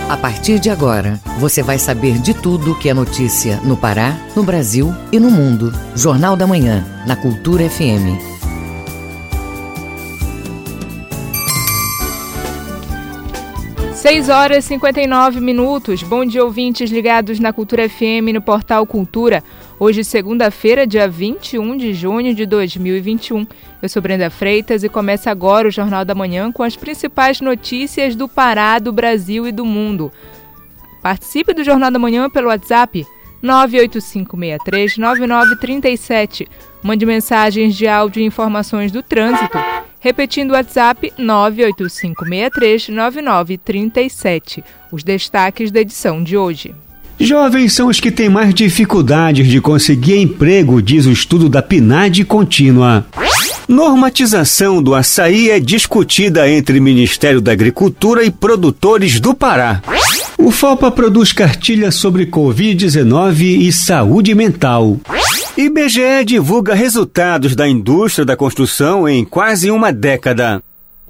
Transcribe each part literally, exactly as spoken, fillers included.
A partir de agora, você vai saber de tudo que é notícia no Pará, no Brasil e no mundo. Jornal da Manhã, na Cultura F M. seis horas e cinquenta e nove minutos. Bom dia, ouvintes ligados na Cultura F M no Portal Cultura. Hoje, segunda-feira, dia vinte e um de junho de dois mil e vinte e um. Eu sou Brenda Freitas e começa agora o Jornal da Manhã com as principais notícias do Pará, do Brasil e do mundo. Participe do Jornal da Manhã pelo WhatsApp nove oito cinco seis três nove nove três sete. Mande mensagens de áudio e informações do trânsito. Repetindo o WhatsApp nove oito cinco seis três nove nove três sete. Os destaques da edição de hoje. Jovens são os que têm mais dificuldades de conseguir emprego, diz o estudo da P N A D contínua. Normatização do açaí é discutida entre Ministério da Agricultura e produtores do Pará. O FOPA produz cartilha sobre covid dezenove e saúde mental. I B G E divulga resultados da indústria da construção em quase uma década.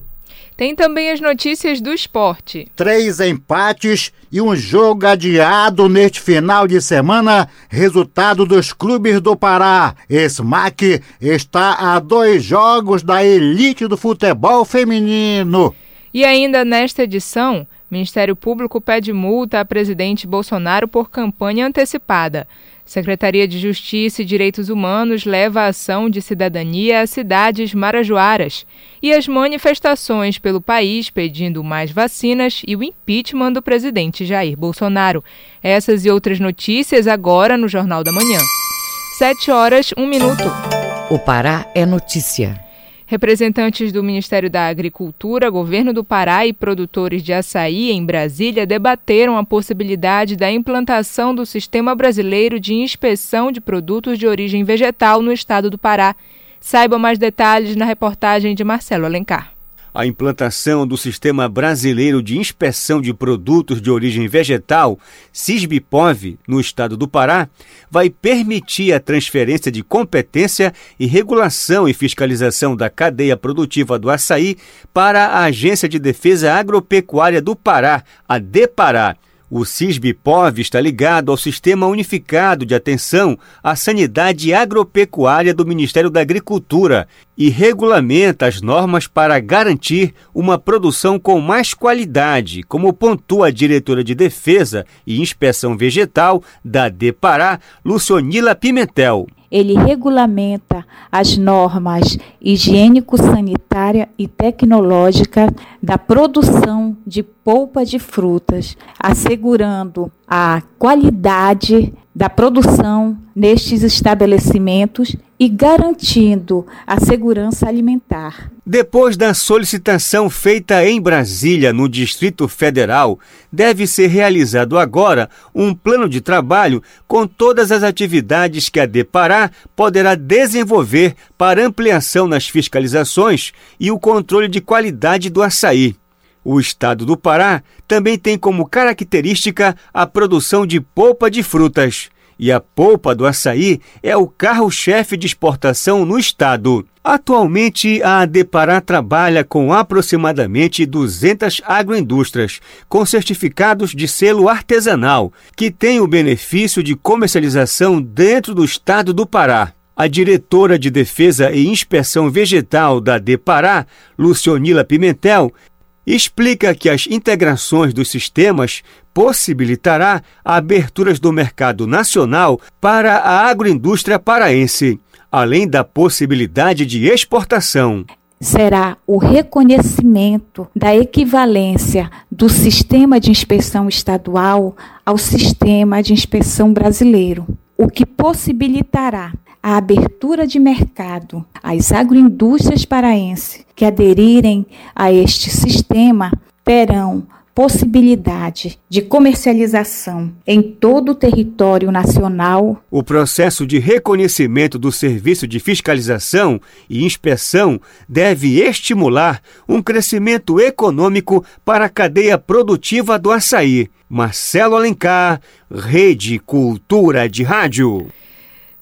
Tem também as notícias do esporte. Três empates e um jogo adiado neste final de semana. Resultado dos clubes do Pará. S M A C está a dois jogos da elite do futebol feminino. E ainda nesta edição, Ministério Público pede multa a presidente Bolsonaro por campanha antecipada. Secretaria de Justiça e Direitos Humanos leva a ação de cidadania às cidades marajoaras. E as manifestações pelo país pedindo mais vacinas e o impeachment do presidente Jair Bolsonaro. Essas e outras notícias agora no Jornal da Manhã. Sete horas, um minuto. O Pará é notícia. Representantes do Ministério da Agricultura, Governo do Pará e produtores de açaí em Brasília debateram a possibilidade da implantação do Sistema Brasileiro de Inspeção de Produtos de Origem Vegetal no estado do Pará. Saiba mais detalhes na reportagem de Marcelo Alencar. A implantação do Sistema Brasileiro de Inspeção de Produtos de Origem Vegetal, SISBPOV, no estado do Pará, vai permitir a transferência de competência e regulação e fiscalização da cadeia produtiva do açaí para a Agência de Defesa Agropecuária do Pará, a DEPARÁ. O SISBPOV está ligado ao Sistema Unificado de Atenção à Sanidade Agropecuária do Ministério da Agricultura e regulamenta as normas para garantir uma produção com mais qualidade, como pontua a diretora de Defesa e Inspeção Vegetal da DEPARÁ, Lucionila Pimentel. Ele regulamenta as normas higiênico-sanitária e tecnológica da produção de polpa de frutas, assegurando a qualidade da produção nestes estabelecimentos e garantindo a segurança alimentar. Depois da solicitação feita em Brasília, no Distrito Federal, deve ser realizado agora um plano de trabalho com todas as atividades que a DEPARÁ poderá desenvolver para ampliação nas fiscalizações e o controle de qualidade do açaí. O estado do Pará também tem como característica a produção de polpa de frutas. E a polpa do açaí é o carro-chefe de exportação no estado. Atualmente, a DEPARÁ trabalha com aproximadamente duzentas agroindústrias, com certificados de selo artesanal, que têm o benefício de comercialização dentro do estado do Pará. A diretora de Defesa e Inspeção Vegetal da DEPARÁ, Lucionila Pimentel, explica que as integrações dos sistemas possibilitará aberturas do mercado nacional para a agroindústria paraense, além da possibilidade de exportação. Será o reconhecimento da equivalência do sistema de inspeção estadual ao sistema de inspeção brasileiro, o que possibilitará a abertura de mercado às agroindústrias paraenses que aderirem a este sistema terão possibilidade de comercialização em todo o território nacional. O processo de reconhecimento do serviço de fiscalização e inspeção deve estimular um crescimento econômico para a cadeia produtiva do açaí. Marcelo Alencar, Rede Cultura de Rádio.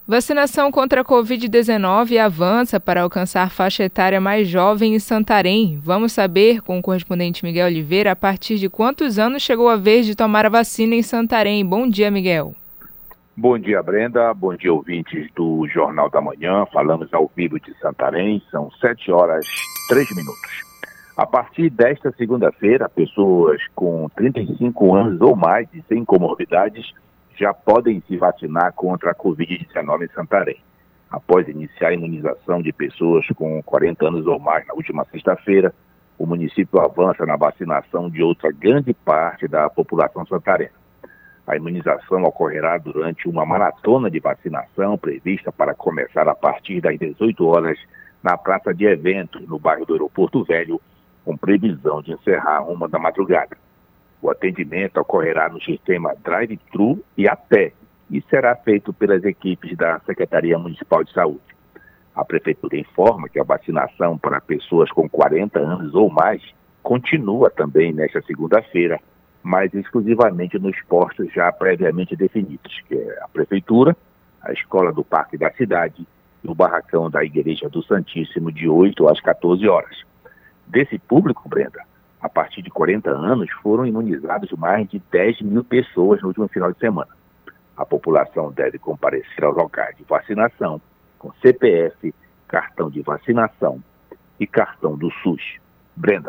Vacinação contra a covid dezenove avança para alcançar faixa etária mais jovem em Santarém. Vamos saber com o correspondente Miguel Oliveira a partir de quantos anos chegou a vez de tomar a vacina em Santarém. Bom dia, Miguel. Bom dia, Brenda. Bom dia, ouvintes do Jornal da Manhã. Falamos ao vivo de Santarém. São sete horas e três minutos. A partir desta segunda-feira, pessoas com trinta e cinco anos ou mais e sem comorbidades já podem se vacinar contra a covid dezenove em Santarém. Após iniciar a imunização de pessoas com quarenta anos ou mais na última sexta-feira, o município avança na vacinação de outra grande parte da população santarense. A imunização ocorrerá durante uma maratona de vacinação prevista para começar a partir das dezoito horas na Praça de Eventos, no bairro do Aeroporto Velho, com previsão de encerrar uma da madrugada. O atendimento ocorrerá no sistema drive-thru e a pé e será feito pelas equipes da Secretaria Municipal de Saúde. A Prefeitura informa que a vacinação para pessoas com quarenta anos ou mais continua também nesta segunda-feira, mas exclusivamente nos postos já previamente definidos, que é a Prefeitura, a Escola do Parque da Cidade e o Barracão da Igreja do Santíssimo, de oito às quatorze horas. Desse público, Brenda, a partir de quarenta anos, foram imunizados mais de dez mil pessoas no último final de semana. A população deve comparecer aos locais de vacinação com C P F, cartão de vacinação e cartão do SUS. Brenda.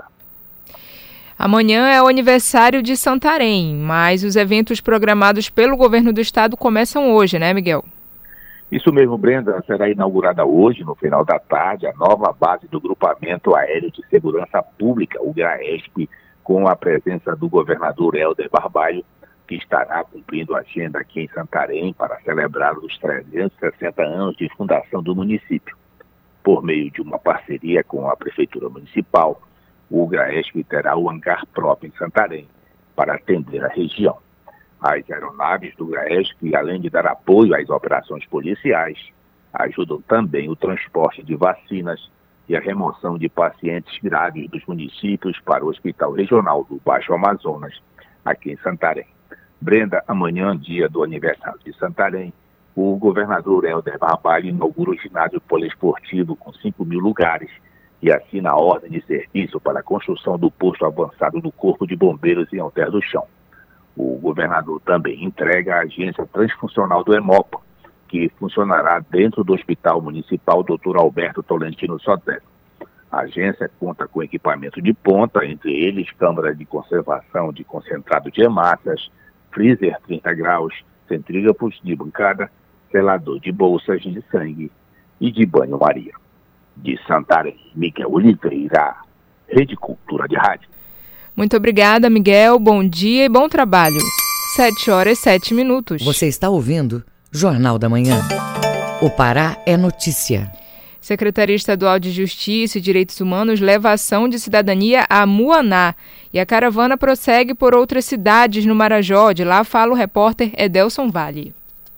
Amanhã é o aniversário de Santarém, mas os eventos programados pelo governo do estado começam hoje, né, Miguel? Isso mesmo, Brenda. Será inaugurada hoje, no final da tarde, a nova base do Grupamento Aéreo de Segurança Pública, o GRAESP, com a presença do governador Helder Barbalho, que estará cumprindo a agenda aqui em Santarém para celebrar os trezentos e sessenta anos de fundação do município. Por meio de uma parceria com a Prefeitura Municipal, o GRAESP terá o hangar próprio em Santarém para atender a região. As aeronaves do GRAESP, além de dar apoio às operações policiais, ajudam também o transporte de vacinas e a remoção de pacientes graves dos municípios para o Hospital Regional do Baixo Amazonas, aqui em Santarém. Brenda, amanhã, dia do aniversário de Santarém, o governador Helder Barbalho inaugura o ginásio poliesportivo com cinco mil lugares e assina a ordem de serviço para a construção do posto avançado do Corpo de Bombeiros em Alter do Chão. O governador também entrega a agência transfuncional do Hemopa, que funcionará dentro do Hospital Municipal doutor Alberto Tolentino Sotero. A agência conta com equipamento de ponta, entre eles câmara de conservação de concentrado de hemácias, freezer trinta graus, centrífugas de bancada, selador de bolsas de sangue e de banho-maria. De Santarém, Miguel Oliveira, Rede Cultura de Rádio. Muito obrigada, Miguel. Bom dia e bom trabalho. Sete horas e sete minutos. Você está ouvindo Jornal da Manhã. O Pará é notícia. Secretaria Estadual de Justiça e Direitos Humanos leva ação de cidadania a Muaná. E a caravana prossegue por outras cidades no Marajó. De lá fala o repórter Edelson Vale.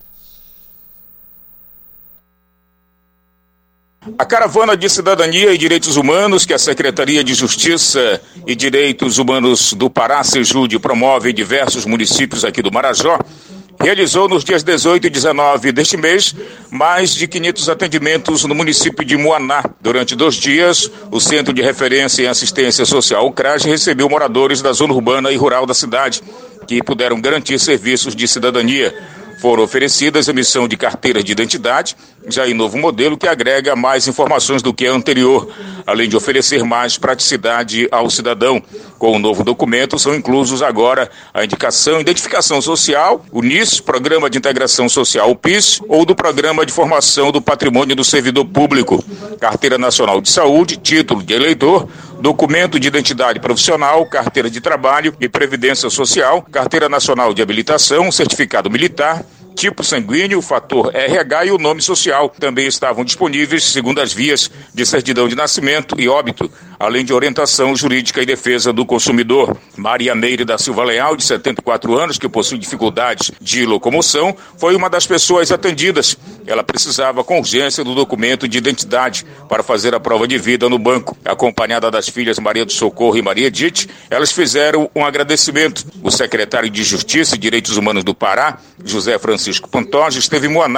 A caravana de cidadania e direitos humanos que a Secretaria de Justiça e Direitos Humanos do Pará, Sejude, promove em diversos municípios aqui do Marajó, realizou nos dias dezoito e dezenove deste mês mais de quinhentos atendimentos no município de Muaná. Durante dois dias, o Centro de Referência em Assistência Social, o CRAS, recebeu moradores da zona urbana e rural da cidade, que puderam garantir serviços de cidadania. Foram oferecidas emissão de carteiras de identidade, já em novo modelo que agrega mais informações do que a anterior, além de oferecer mais praticidade ao cidadão. Com o novo documento são inclusos agora a indicação, identificação social, o N I S, Programa de Integração Social, o P I S, ou do Programa de Formação do Patrimônio do Servidor Público, Carteira Nacional de Saúde, título de eleitor, documento de identidade profissional, carteira de trabalho e previdência social, carteira nacional de habilitação, certificado militar, tipo sanguíneo, fator R H e o nome social também estavam disponíveis segundo as vias de certidão de nascimento e óbito, além de orientação jurídica e defesa do consumidor. Maria Neire da Silva Leal, de setenta e quatro anos, que possui dificuldades de locomoção, foi uma das pessoas atendidas. Ela precisava com urgência do documento de identidade para fazer a prova de vida no banco. Acompanhada das filhas Maria do Socorro e Maria Edith, elas fizeram um agradecimento. O secretário de Justiça e Direitos Humanos do Pará, José Francisco Pantoja, esteve em Muaná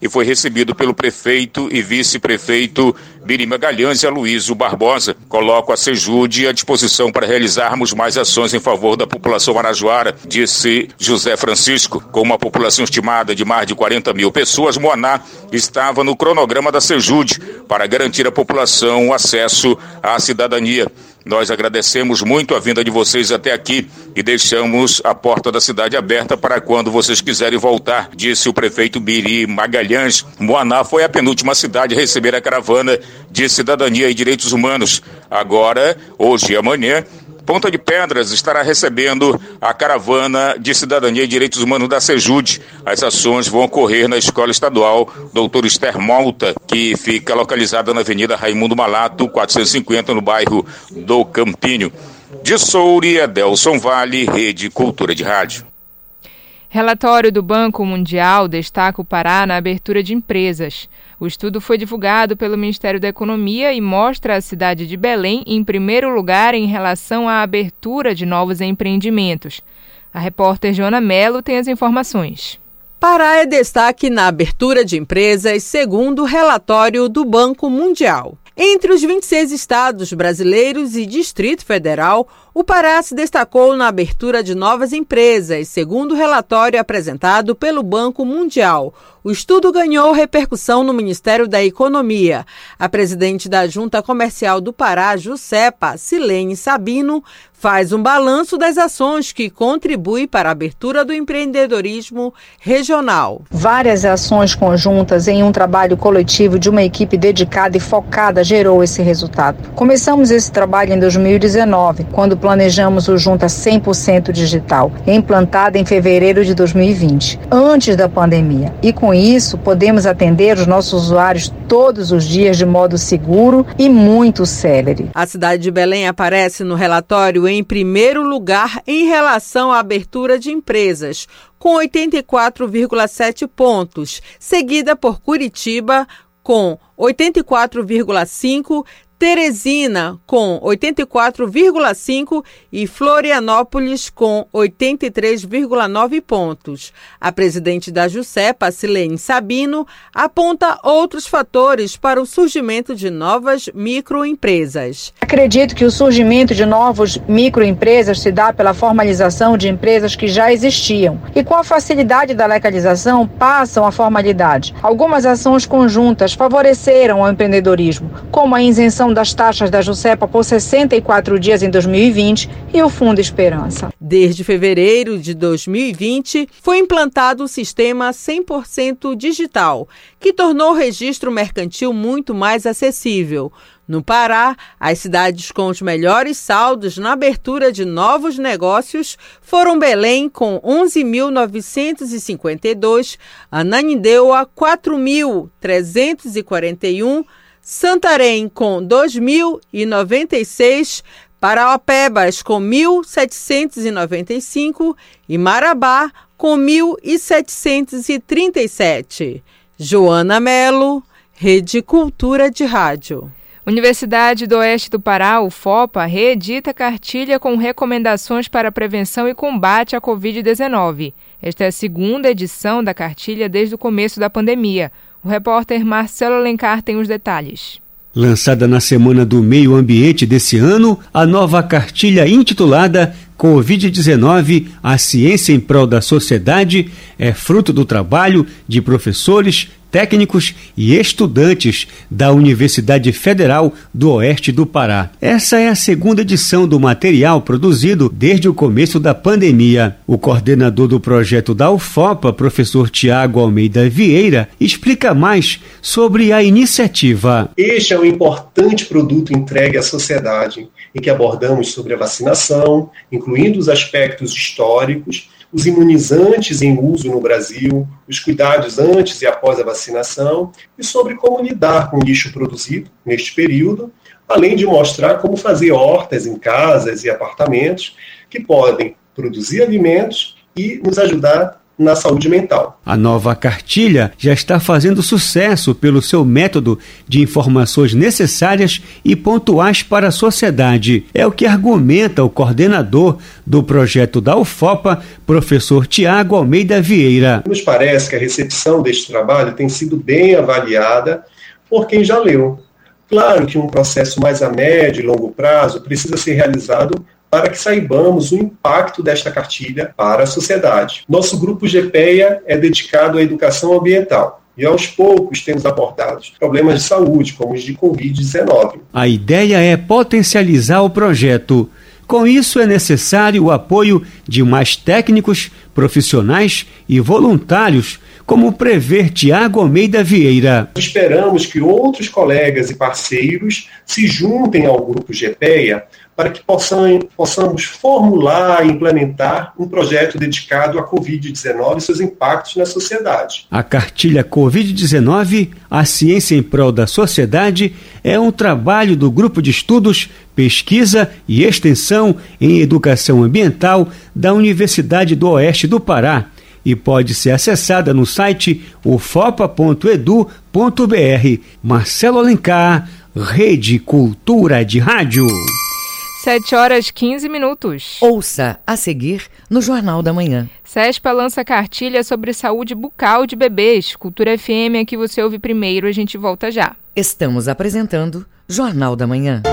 e foi recebido pelo prefeito e vice-prefeito Biri Magalhães e Aloysio Barbosa. Coloco a Sejude à disposição para realizarmos mais ações em favor da população marajoara, disse José Francisco. Com uma população estimada de mais de quarenta mil pessoas, Moaná estava no cronograma da Sejude para garantir à população o acesso à cidadania. Nós agradecemos muito a vinda de vocês até aqui e deixamos a porta da cidade aberta para quando vocês quiserem voltar, disse o prefeito Biri Magalhães. Moaná foi a penúltima cidade a receber a caravana de cidadania e direitos humanos. Agora, hoje e amanhã, Ponta de Pedras estará recebendo a caravana de cidadania e direitos humanos da Sejude. As ações vão ocorrer na Escola Estadual doutor Esther Malta, que fica localizada na Avenida Raimundo Malato, quatrocentos e cinquenta, no bairro do Campinho. De Soure, Adelson Vale, Rede Cultura de Rádio. Relatório do Banco Mundial destaca o Pará na abertura de empresas. O estudo foi divulgado pelo Ministério da Economia e mostra a cidade de Belém em primeiro lugar em relação à abertura de novos empreendimentos. A repórter Joana Mello tem as informações. Pará é destaque na abertura de empresas, segundo o relatório do Banco Mundial. Entre os vinte e seis estados brasileiros e Distrito Federal, o Pará se destacou na abertura de novas empresas, segundo o relatório apresentado pelo Banco Mundial. O estudo ganhou repercussão no Ministério da Economia. A presidente da Junta Comercial do Pará, Juscepa, Silene Sabino, faz um balanço das ações que contribuem para a abertura do empreendedorismo regional. Várias ações conjuntas em um trabalho coletivo de uma equipe dedicada e focada gerou esse resultado. Começamos esse trabalho em dois mil e dezenove, quando planejamos o Junta cem por cento digital, implantada em fevereiro de dois mil e vinte, antes da pandemia. E com isso, podemos atender os nossos usuários todos os dias de modo seguro e muito célere. A cidade de Belém aparece no relatório em primeiro lugar em relação à abertura de empresas, com oitenta e quatro vírgula sete pontos, seguida por Curitiba, com oitenta e quatro vírgula cinco, Teresina, com oitenta e quatro vírgula cinco e Florianópolis, com oitenta e três vírgula nove pontos. A presidente da Juscepa, Silene Sabino, aponta outros fatores para o surgimento de novas microempresas. Acredito que o surgimento de novas microempresas se dá pela formalização de empresas que já existiam e, com a facilidade da legalização, passam à formalidade. Algumas ações conjuntas favoreceram o empreendedorismo, como a isenção das taxas da Juscepa por sessenta e quatro dias em dois mil e vinte e o Fundo Esperança. Desde fevereiro de dois mil e vinte, foi implantado o sistema cem por cento digital, que tornou o registro mercantil muito mais acessível. No Pará, as cidades com os melhores saldos na abertura de novos negócios foram Belém, com onze mil novecentos e cinquenta e dois, Ananindeua, quatro mil trezentos e quarenta e um, Santarém, com dois mil e noventa e seis, Paraopebas, com mil setecentos e noventa e cinco e Marabá, com mil setecentos e trinta e sete. Joana Mello, Rede Cultura de Rádio. Universidade do Oeste do Pará, U F O P A, reedita cartilha com recomendações para prevenção e combate à covid dezenove. Esta é a segunda edição da cartilha desde o começo da pandemia. O repórter Marcelo Alencar tem os detalhes. Lançada na Semana do Meio Ambiente desse ano, a nova cartilha intitulada covid dezenove, a ciência em prol da sociedade, é fruto do trabalho de professores, técnicos e estudantes da Universidade Federal do Oeste do Pará. Essa é a segunda edição do material produzido desde o começo da pandemia. O coordenador do projeto da U F O P A, professor Tiago Almeida Vieira, explica mais sobre a iniciativa. Este é um importante produto entregue à sociedade, em que abordamos sobre a vacinação, incluindo os aspectos históricos, os imunizantes em uso no Brasil, os cuidados antes e após a vacinação e sobre como lidar com o lixo produzido neste período, além de mostrar como fazer hortas em casas e apartamentos que podem produzir alimentos e nos ajudar na saúde mental. A nova cartilha já está fazendo sucesso pelo seu método de informações necessárias e pontuais para a sociedade. É o que argumenta o coordenador do projeto da UFOPA, professor Tiago Almeida Vieira. Nos parece que a recepção deste trabalho tem sido bem avaliada por quem já leu. Claro que um processo mais a médio e longo prazo precisa ser realizado para que saibamos o impacto desta cartilha para a sociedade. Nosso grupo GPEA é dedicado à educação ambiental e aos poucos temos abordado problemas de saúde, como os de covid dezenove. A ideia é potencializar o projeto. Com isso, é necessário o apoio de mais técnicos, profissionais e voluntários, como prevê Tiago Almeida Vieira. Esperamos que outros colegas e parceiros se juntem ao grupo GPEA para que possam, possamos formular e implementar um projeto dedicado à covid dezenove e seus impactos na sociedade. A cartilha covid dezenove, a ciência em prol da sociedade, é um trabalho do Grupo de Estudos, Pesquisa e Extensão em Educação Ambiental da Universidade do Oeste do Pará e pode ser acessada no site ufopa ponto edu ponto br. Marcelo Alencar, Rede Cultura de Rádio. sete horas e quinze minutos. Ouça a seguir no Jornal da Manhã. CESPA lança cartilha sobre saúde bucal de bebês. Cultura F M, aqui você ouve primeiro, a gente volta já. Estamos apresentando Jornal da Manhã.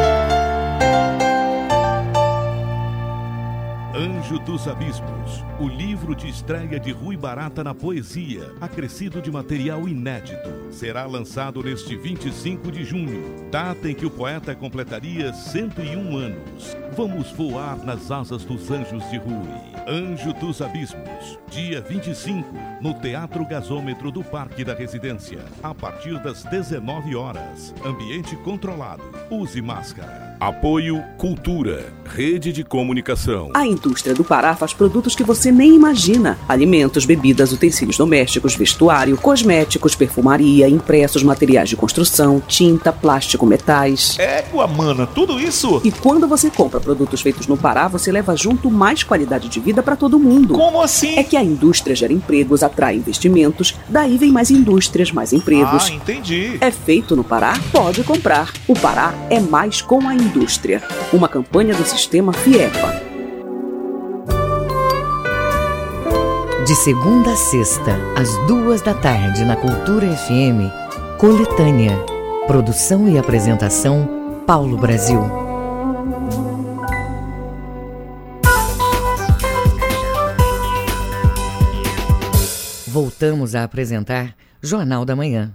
Anjo dos Abismos, o livro de estreia de Rui Barata na poesia, acrescido de material inédito, será lançado neste vinte e cinco de junho, data em que o poeta completaria cento e um anos. Vamos voar nas asas dos anjos de Rui. Anjo dos Abismos, dia vinte e cinco, no Teatro Gasômetro do Parque da Residência, a partir das dezenove horas. Ambiente controlado. Use máscara. Apoio Cultura, Rede de Comunicação. A indústria do Pará faz produtos que você nem imagina. Alimentos, bebidas, utensílios domésticos, vestuário, cosméticos, perfumaria, impressos, materiais de construção, tinta, plástico, metais. Égua, mana, tudo isso? E quando você compra produtos feitos no Pará, você leva junto mais qualidade de vida para todo mundo. Como assim? É que a indústria gera empregos, atrai investimentos, daí vem mais indústrias, mais empregos. Ah, entendi. É feito no Pará? Pode comprar. O Pará é mais com a indústria. Uma campanha do Sistema FIEPA. De segunda a sexta, às duas da tarde, na Cultura F M, Coletânea. Produção e apresentação, Paulo Brasil. Voltamos a apresentar Jornal da Manhã.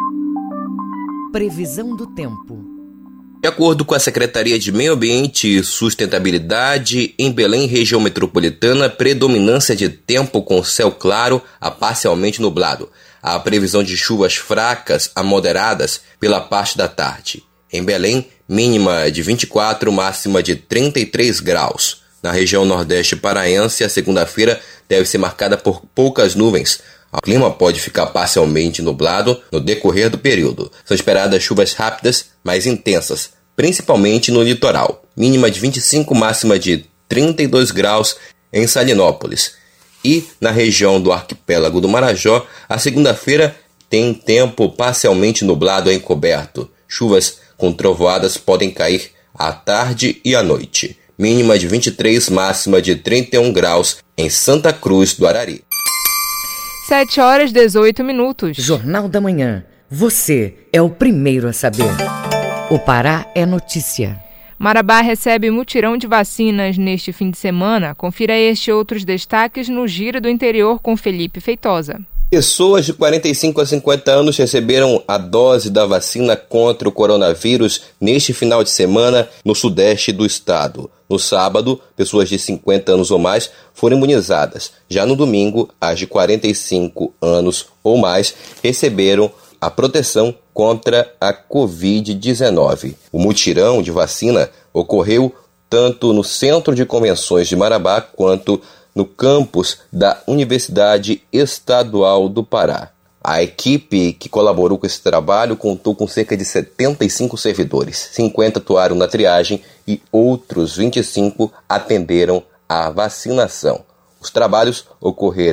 Previsão do tempo. De acordo com a Secretaria de Meio Ambiente e Sustentabilidade, em Belém, região metropolitana, predominância de tempo com céu claro a parcialmente nublado. Há previsão de chuvas fracas a moderadas pela parte da tarde. Em Belém, mínima de vinte e quatro, máxima de trinta e três graus. Na região nordeste paraense, a segunda-feira deve ser marcada por poucas nuvens. O clima pode ficar parcialmente nublado no decorrer do período. São esperadas chuvas rápidas, mais intensas, principalmente no litoral. Mínima de vinte e cinco, máxima de trinta e dois graus em Salinópolis. E na região do arquipélago do Marajó, a segunda-feira tem tempo parcialmente nublado e encoberto. Chuvas com trovoadas podem cair à tarde e à noite. Mínima de vinte e três, máxima de trinta e um graus em Santa Cruz do Arari. sete horas e dezoito minutos. Jornal da Manhã. Você é o primeiro a saber. O Pará é notícia. Marabá recebe mutirão de vacinas neste fim de semana. Confira este e outros destaques no Giro do Interior com Felipe Feitosa. Pessoas de quarenta e cinco a cinquenta anos receberam a dose da vacina contra o coronavírus neste final de semana no sudeste do estado. No sábado, pessoas de cinquenta anos ou mais foram imunizadas. Já no domingo, as de quarenta e cinco anos ou mais receberam a proteção contra a covid dezenove. O mutirão de vacina ocorreu tanto no Centro de Convenções de Marabá quanto no campus da Universidade Estadual do Pará. A equipe que colaborou com esse trabalho contou com cerca de setenta e cinco servidores. cinquenta atuaram na triagem e outros vinte e cinco atenderam à vacinação. Os trabalhos ocorreram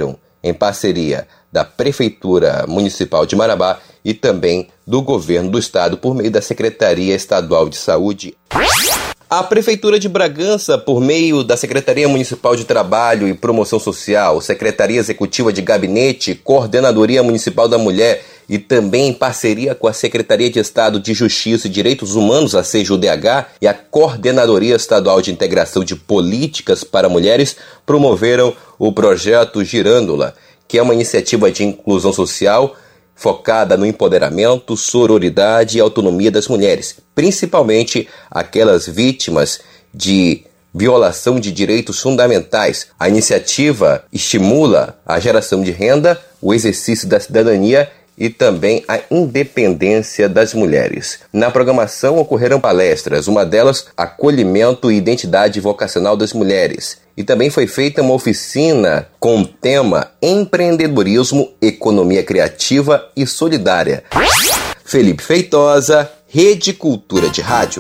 em parceria da Prefeitura Municipal de Marabá e também do Governo do Estado por meio da Secretaria Estadual de Saúde. A Prefeitura de Bragança, por meio da Secretaria Municipal de Trabalho e Promoção Social, Secretaria Executiva de Gabinete, Coordenadoria Municipal da Mulher e também em parceria com a Secretaria de Estado de Justiça e Direitos Humanos, a C J U D H, e a Coordenadoria Estadual de Integração de Políticas para Mulheres, promoveram o projeto Girândola, que é uma iniciativa de inclusão social focada no empoderamento, sororidade e autonomia das mulheres, principalmente aquelas vítimas de violação de direitos fundamentais. A iniciativa estimula a geração de renda, o exercício da cidadania e também a independência das mulheres. Na programação ocorreram palestras, uma delas, acolhimento e identidade vocacional das mulheres. E também foi feita uma oficina com o tema empreendedorismo, economia criativa e solidária. Felipe Feitosa, Rede Cultura de Rádio.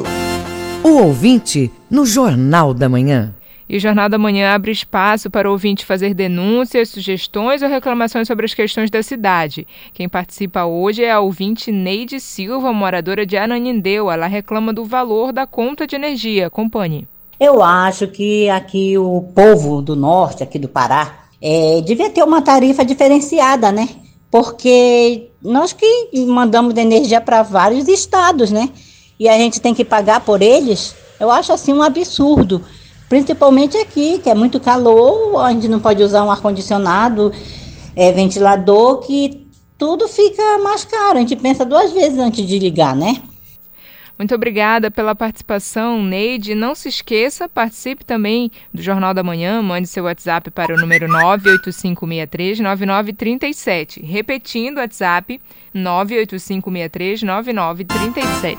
O ouvinte no Jornal da Manhã. E o Jornal da Manhã abre espaço para o ouvinte fazer denúncias, sugestões ou reclamações sobre as questões da cidade. Quem participa hoje é a ouvinte Neide Silva, moradora de Ananindeua. Ela reclama do valor da conta de energia. Acompanhe. Eu acho que aqui o povo do norte, aqui do Pará, é, devia ter uma tarifa diferenciada, né? Porque nós que mandamos energia para vários estados, né? E a gente tem que pagar por eles. Eu acho assim um absurdo. Principalmente aqui, que é muito calor, a gente não pode usar um ar-condicionado, é, ventilador, que tudo fica mais caro. A gente pensa duas vezes antes de ligar, né? Muito obrigada pela participação, Neide. Não se esqueça, participe também do Jornal da Manhã. Mande seu WhatsApp para o número nove oito cinco seis três nove nove três sete. Repetindo o WhatsApp, nove oito cinco seis três nove nove três sete.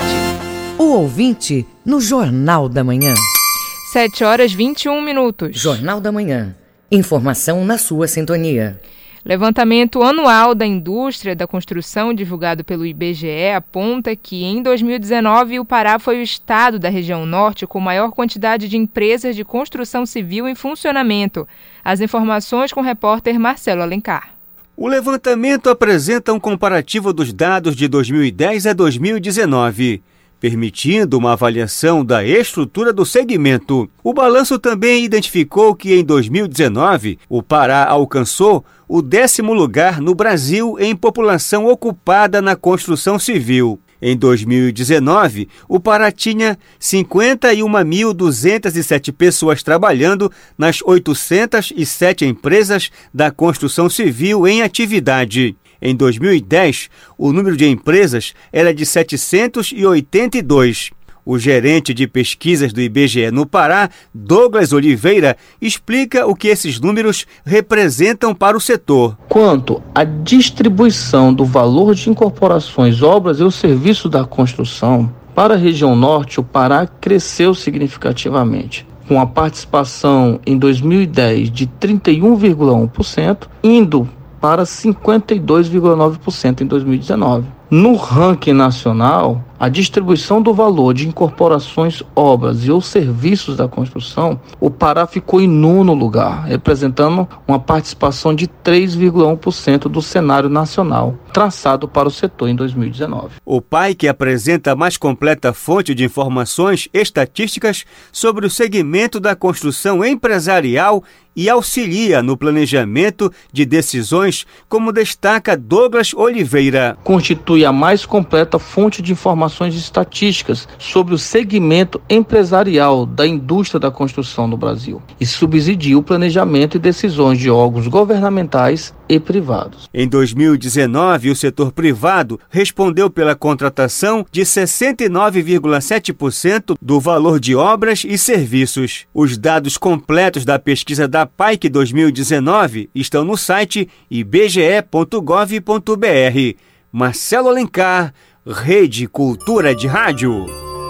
O ouvinte no Jornal da Manhã. sete horas e vinte e um minutos. Jornal da Manhã. Informação na sua sintonia. Levantamento anual da indústria da construção divulgado pelo I B G E aponta que em dois mil e dezenove o Pará foi o estado da região norte com maior quantidade de empresas de construção civil em funcionamento. As informações com o repórter Marcelo Alencar. O levantamento apresenta um comparativo dos dados de dois mil e dez a dois mil e dezenove. Permitindo uma avaliação da estrutura do segmento. O balanço também identificou que em dois mil e dezenove o Pará alcançou o décimo lugar no Brasil em população ocupada na construção civil. Em dois mil e dezenove, o Pará tinha cinquenta e uma mil duzentas e sete pessoas trabalhando nas oitocentas e sete empresas da construção civil em atividade. Em dois mil e dez, o número de empresas era de setecentos e oitenta e dois. O gerente de pesquisas do I B G E no Pará, Douglas Oliveira, explica o que esses números representam para o setor. Quanto à distribuição do valor de incorporações, obras e os serviços da construção, para a região norte, o Pará cresceu significativamente, com a participação em dois mil e dez de trinta e um vírgula um por cento, indo para cinquenta e dois vírgula nove por cento em dois mil e dezenove. No ranking nacional, a distribuição do valor de incorporações, obras e os serviços da construção, o Pará ficou em nono lugar, representando uma participação de três vírgula um por cento do cenário nacional, traçado para o setor em dois mil e dezenove. O P A I, que apresenta a mais completa fonte de informações estatísticas sobre o segmento da construção empresarial e auxilia no planejamento de decisões, como destaca Douglas Oliveira. Constitui a mais completa fonte de informações estatísticas sobre o segmento empresarial da indústria da construção no Brasil e subsidia o planejamento e decisões de órgãos governamentais e privados. Em dois mil e dezenove, o setor privado respondeu pela contratação de sessenta e nove vírgula sete por cento do valor de obras e serviços. Os dados completos da pesquisa da P A I C dois mil e dezenove estão no site i b g e ponto gov ponto b r. Marcelo Alencar, Rede Cultura de Rádio.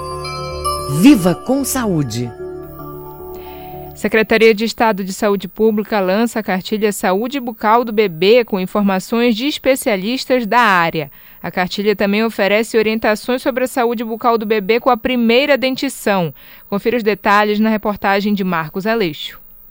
Viva com Saúde. Secretaria de Estado de Saúde Pública lança a cartilha Saúde Bucal do Bebê com informações de especialistas da área. A cartilha também oferece orientações sobre a saúde bucal do bebê com a primeira dentição. Confira os detalhes na reportagem de Marcos Aleixo.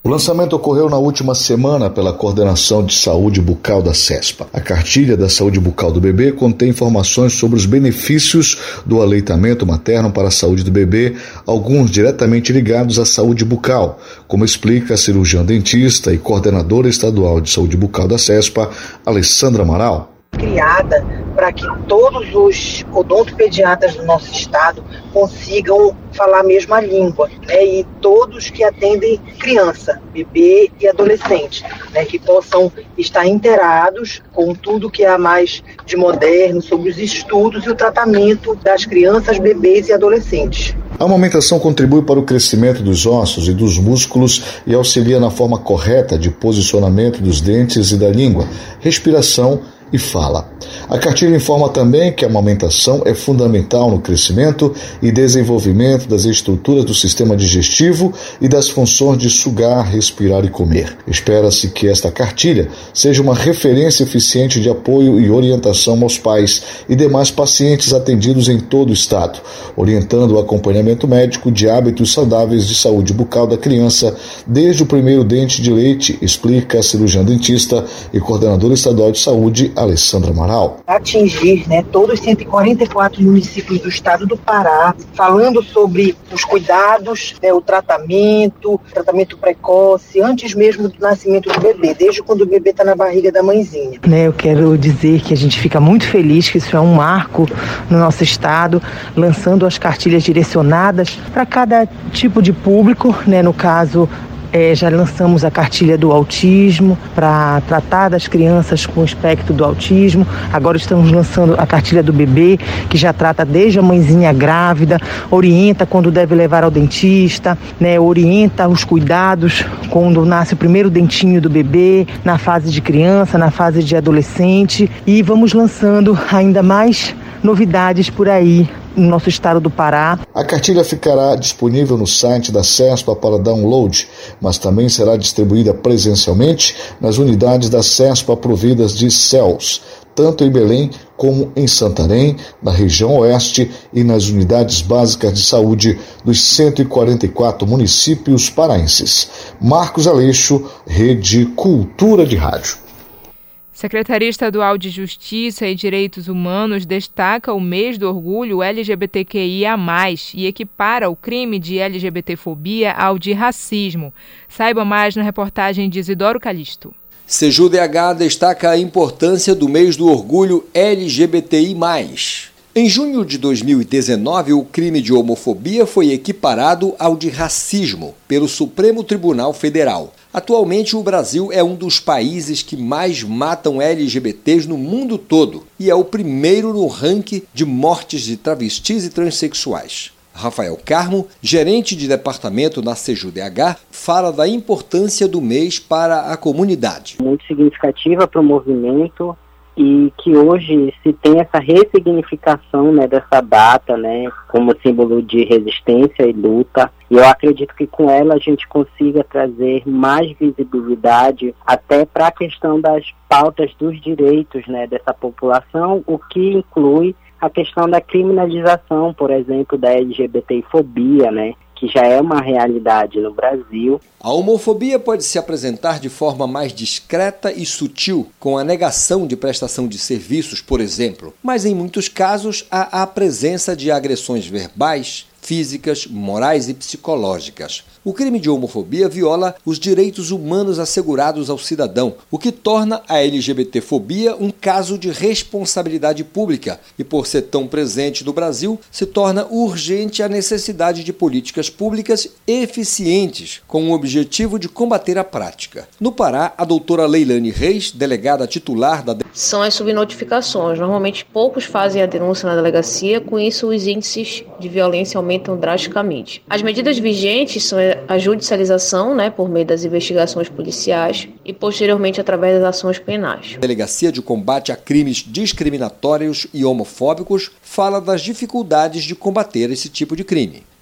O lançamento ocorreu na última semana pela Coordenação de Saúde Bucal da CESPA. A cartilha da saúde bucal do bebê contém informações sobre os benefícios do aleitamento materno para a saúde do bebê, alguns diretamente ligados à saúde bucal, como explica a cirurgiã dentista e coordenadora estadual de saúde bucal da CESPA, Alessandra Amaral. Criada para que todos os odontopediatras do nosso estado consigam falar a mesma língua, né? E todos que atendem criança, bebê e adolescente, né? Que possam estar inteirados com tudo que há mais de moderno sobre os estudos e o tratamento das crianças, bebês e adolescentes. A amamentação contribui para o crescimento dos ossos e dos músculos e auxilia na forma correta de posicionamento dos dentes e da língua, respiração e fala. A cartilha informa também que a amamentação é fundamental no crescimento e desenvolvimento das estruturas do sistema digestivo e das funções de sugar, respirar e comer. Espera-se que esta cartilha seja uma referência eficiente de apoio e orientação aos pais e demais pacientes atendidos em todo o estado, orientando o acompanhamento médico de hábitos saudáveis de saúde bucal da criança desde o primeiro dente de leite, explica a cirurgiã dentista e coordenadora estadual de saúde, Alessandra Amaral. Atingir, né, todos os cento e quarenta e quatro municípios do estado do Pará, falando sobre os cuidados, né, o tratamento, tratamento precoce, antes mesmo do nascimento do bebê, desde quando o bebê está na barriga da mãezinha. Né, eu quero dizer que a gente fica muito feliz que isso é um marco no nosso estado, lançando as cartilhas direcionadas para cada tipo de público, né, no caso, É, já lançamos a cartilha do autismo para tratar das crianças com espectro do autismo. Agora estamos lançando a cartilha do bebê, que já trata desde a mãezinha grávida, orienta quando deve levar ao dentista, né, orienta os cuidados quando nasce o primeiro dentinho do bebê, na fase de criança, na fase de adolescente. E vamos lançando ainda mais novidades por aí no nosso estado do Pará. A cartilha ficará disponível no site da CESPA para download, mas também será distribuída presencialmente nas unidades da CESPA providas de C E L S, tanto em Belém como em Santarém, na região oeste e nas unidades básicas de saúde dos cento e quarenta e quatro municípios paraenses. Marcos Aleixo, Rede Cultura de Rádio. Secretaria Estadual de Justiça e Direitos Humanos destaca o mês do orgulho L G B T Q I A mais, e equipara o crime de LGBTfobia ao de racismo. Saiba mais na reportagem de Isidoro Calixto. Sejudh destaca a importância do mês do orgulho L G B T I mais. Em junho de dois mil e dezenove, o crime de homofobia foi equiparado ao de racismo pelo Supremo Tribunal Federal. Atualmente, o Brasil é um dos países que mais matam L G B Ts no mundo todo e é o primeiro no ranking de mortes de travestis e transexuais. Rafael Carmo, gerente de departamento na Sejudh, fala da importância do mês para a comunidade. Muito significativa para o movimento e que hoje se tem essa ressignificação, né, dessa data, né, como símbolo de resistência e luta. E eu acredito que com ela a gente consiga trazer mais visibilidade até para a questão das pautas dos direitos, né, dessa população, o que inclui a questão da criminalização, por exemplo, da LGBTfobia, né, que já é uma realidade no Brasil. A homofobia pode se apresentar de forma mais discreta e sutil, com a negação de prestação de serviços, por exemplo, mas em muitos casos há a presença de agressões verbais, físicas, morais e psicológicas. O crime de homofobia viola os direitos humanos assegurados ao cidadão, o que torna a LGBTfobia um caso de responsabilidade pública e, por ser tão presente no Brasil, se torna urgente a necessidade de políticas públicas eficientes com o objetivo de combater a prática. No Pará, a doutora Leilane Reis, delegada titular da... São as subnotificações. Normalmente poucos fazem a denúncia na delegacia, com isso os índices de violência aumentam drasticamente. As medidas vigentes são a judicialização, né, por meio das investigações policiais e posteriormente através das ações penais. A Delegacia de Combate a Crimes Discriminatórios e Homofóbicos fala das dificuldades de combater esse tipo de crime.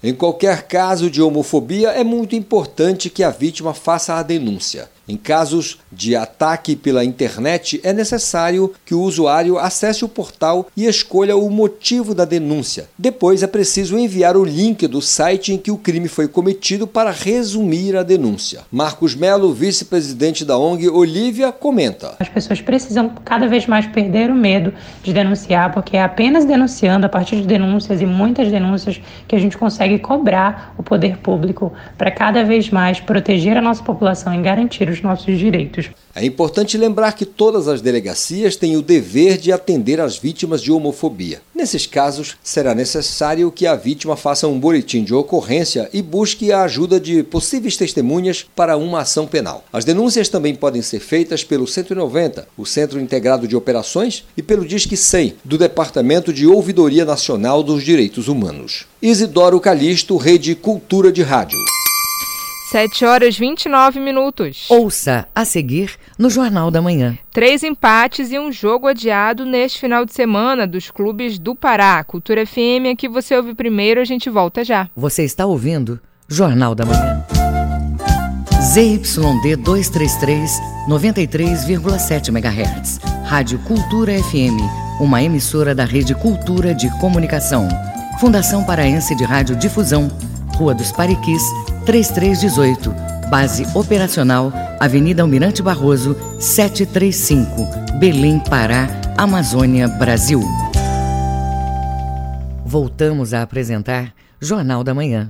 Em qualquer caso de homofobia, é muito importante que a vítima faça a denúncia. Em casos de ataque pela internet, é necessário que o usuário acesse o portal e escolha o motivo da denúncia. Depois é preciso enviar o link do site em que o crime foi cometido para resumir a denúncia. Marcos Melo, vice-presidente da O N G Olívia, comenta. As pessoas precisam cada vez mais perder o medo de denunciar, porque é apenas denunciando, a partir de denúncias e muitas denúncias, que a gente consegue cobrar o poder público para cada vez mais proteger a nossa população e garantir os nossos direitos. É importante lembrar que todas as delegacias têm o dever de atender as vítimas de homofobia. Nesses casos, será necessário que a vítima faça um boletim de ocorrência e busque a ajuda de possíveis testemunhas para uma ação penal. As denúncias também podem ser feitas pelo cento e noventa, o Centro Integrado de Operações, e pelo Disque cem, do Departamento de Ouvidoria Nacional dos Direitos Humanos. Isidoro Calixto, Rede Cultura de Rádio. sete horas e vinte e nove minutos. Ouça a seguir no Jornal da Manhã. Três empates e um jogo adiado neste final de semana dos clubes do Pará. Cultura F M, aqui você ouve primeiro, a gente volta já. Você está ouvindo Jornal da Manhã. Z Y D duzentos e trinta e três, noventa e três vírgula sete megahertz. Rádio Cultura F M, uma emissora da Rede Cultura de Comunicação. Fundação Paraense de Rádio Difusão, Rua dos Pariquis, trinta e três dezoito, Base Operacional, Avenida Almirante Barroso, setecentos e trinta e cinco, Belém, Pará, Amazônia, Brasil. Voltamos a apresentar Jornal da Manhã.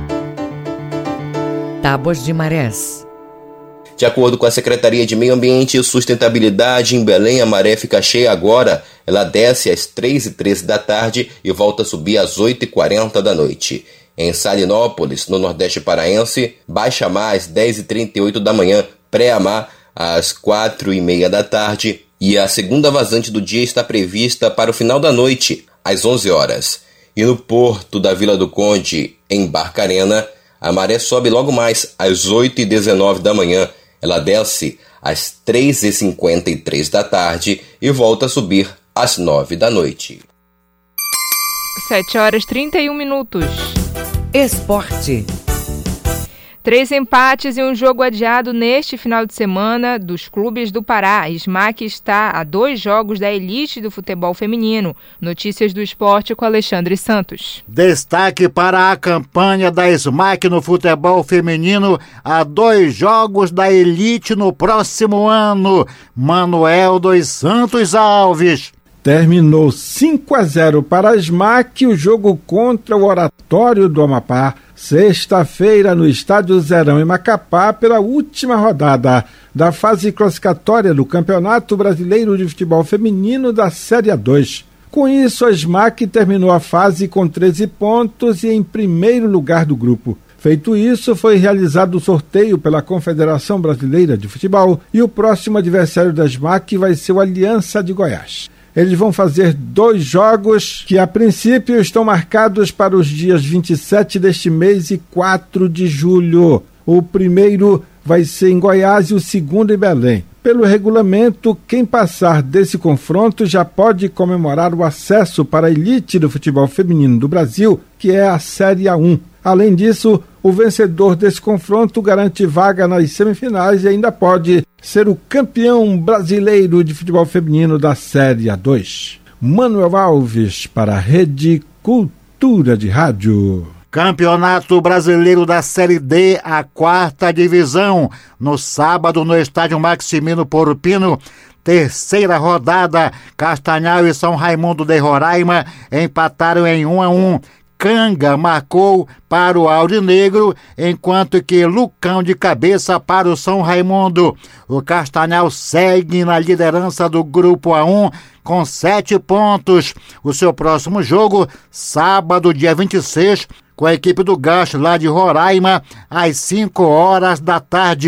Tábuas de Marés. De acordo com a Secretaria de Meio Ambiente e Sustentabilidade, em Belém a maré fica cheia agora. Ela desce às três e treze da tarde e volta a subir às oito e quarenta da noite. Em Salinópolis, no Nordeste Paraense, baixa mar às dez e trinta e oito da manhã, pré-mar às quatro e meia da tarde e a segunda vazante do dia está prevista para o final da noite, às onze horas. E no porto da Vila do Conde, em Barcarena, a maré sobe logo mais às oito e dezenove da manhã, ela desce às três e cinquenta e três da tarde e volta a subir às nove da noite. sete horas e trinta e um minutos. Esporte. Três empates e um jogo adiado neste final de semana dos clubes do Pará. A SMAC está a dois jogos da elite do futebol feminino. Notícias do esporte com Alexandre Santos. Destaque para a campanha da SMAC no futebol feminino, a dois jogos da elite no próximo ano. Manuel dos Santos Alves. Terminou cinco a zero para a SMAC o jogo contra o Oratório do Amapá, sexta-feira no Estádio Zerão em Macapá, pela última rodada da fase classificatória do Campeonato Brasileiro de Futebol Feminino da Série A dois. Com isso, a SMAC terminou a fase com treze pontos e em primeiro lugar do grupo. Feito isso, foi realizado o sorteio pela Confederação Brasileira de Futebol e o próximo adversário da SMAC vai ser o Aliança de Goiás. Eles vão fazer dois jogos que, a princípio, estão marcados para os dias vinte e sete deste mês e quatro de julho. O primeiro vai ser em Goiás e o segundo em Belém. Pelo regulamento, quem passar desse confronto já pode comemorar o acesso para a elite do futebol feminino do Brasil, que é a Série A um. Além disso, o vencedor desse confronto garante vaga nas semifinais e ainda pode ser o campeão brasileiro de futebol feminino da Série A dois. Manuel Alves para a Rede Cultura de Rádio. Campeonato Brasileiro da Série D, a quarta divisão. No sábado, no estádio Maximino Porupino, terceira rodada, Castanhal e São Raimundo de Roraima empataram em um a um. Canga marcou para o Aurinegro, enquanto que Lucão de cabeça para o São Raimundo. O Castanhal segue na liderança do Grupo A um com sete pontos. O seu próximo jogo, sábado, dia vinte e seis, com a equipe do Gasto lá de Roraima, às cinco horas da tarde.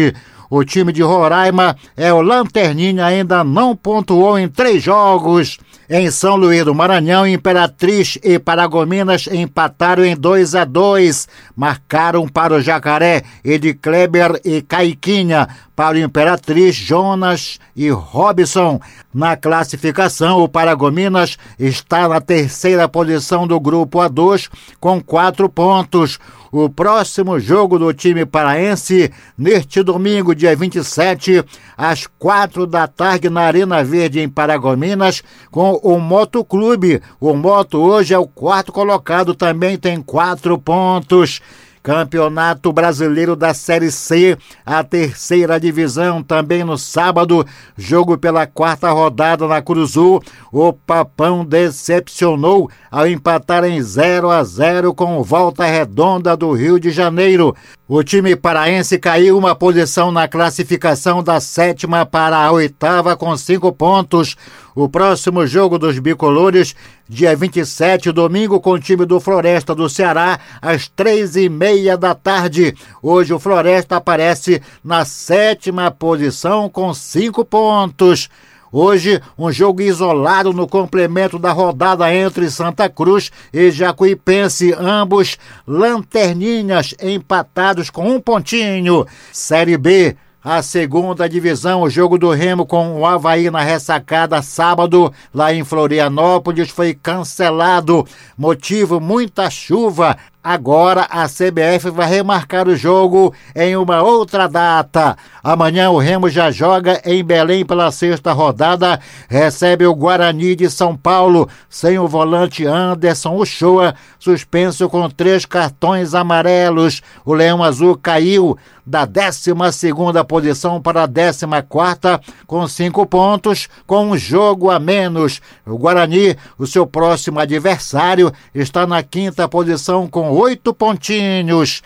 O time de Roraima é o Lanterninha, ainda não pontuou em três jogos. Em São Luís do Maranhão, Imperatriz e Paragominas empataram em dois a dois. Marcaram para o Jacaré Ed Kleber e Caiquinha. Para o Imperatriz, Jonas e Robson. Na classificação, o Paragominas está na terceira posição do grupo A dois com quatro pontos. O próximo jogo do time paraense, neste domingo, dia vinte e sete, às quatro da tarde, na Arena Verde, em Paragominas, com o Motoclube. O Moto hoje é o quarto colocado, também tem quatro pontos. Campeonato Brasileiro da Série C, a terceira divisão, também no sábado, jogo pela quarta rodada na Curuzu. O Papão decepcionou ao empatar em zero a zero com o Volta Redonda do Rio de Janeiro. O time paraense caiu uma posição na classificação da sétima para a oitava com cinco pontos. O próximo jogo dos bicolores, dia vinte e sete, domingo, com o time do Floresta do Ceará, às três e meia da tarde. Hoje o Floresta aparece na sétima posição com cinco pontos. Hoje, um jogo isolado no complemento da rodada entre Santa Cruz e Jacuipense, ambos lanterninhas empatados com um pontinho. Série B, a segunda divisão, o jogo do Remo com o Avaí na ressacada sábado, lá em Florianópolis, foi cancelado. Motivo, muita chuva. Agora a C B F vai remarcar o jogo em uma outra data. Amanhã o Remo já joga em Belém pela sexta rodada, recebe o Guarani de São Paulo, sem o volante Anderson Uchoa, suspenso com três cartões amarelos. O Leão Azul caiu da décima segunda posição para a décima quarta com cinco pontos, com um jogo a menos. O Guarani, o seu próximo adversário, está na quinta posição com oito pontinhos.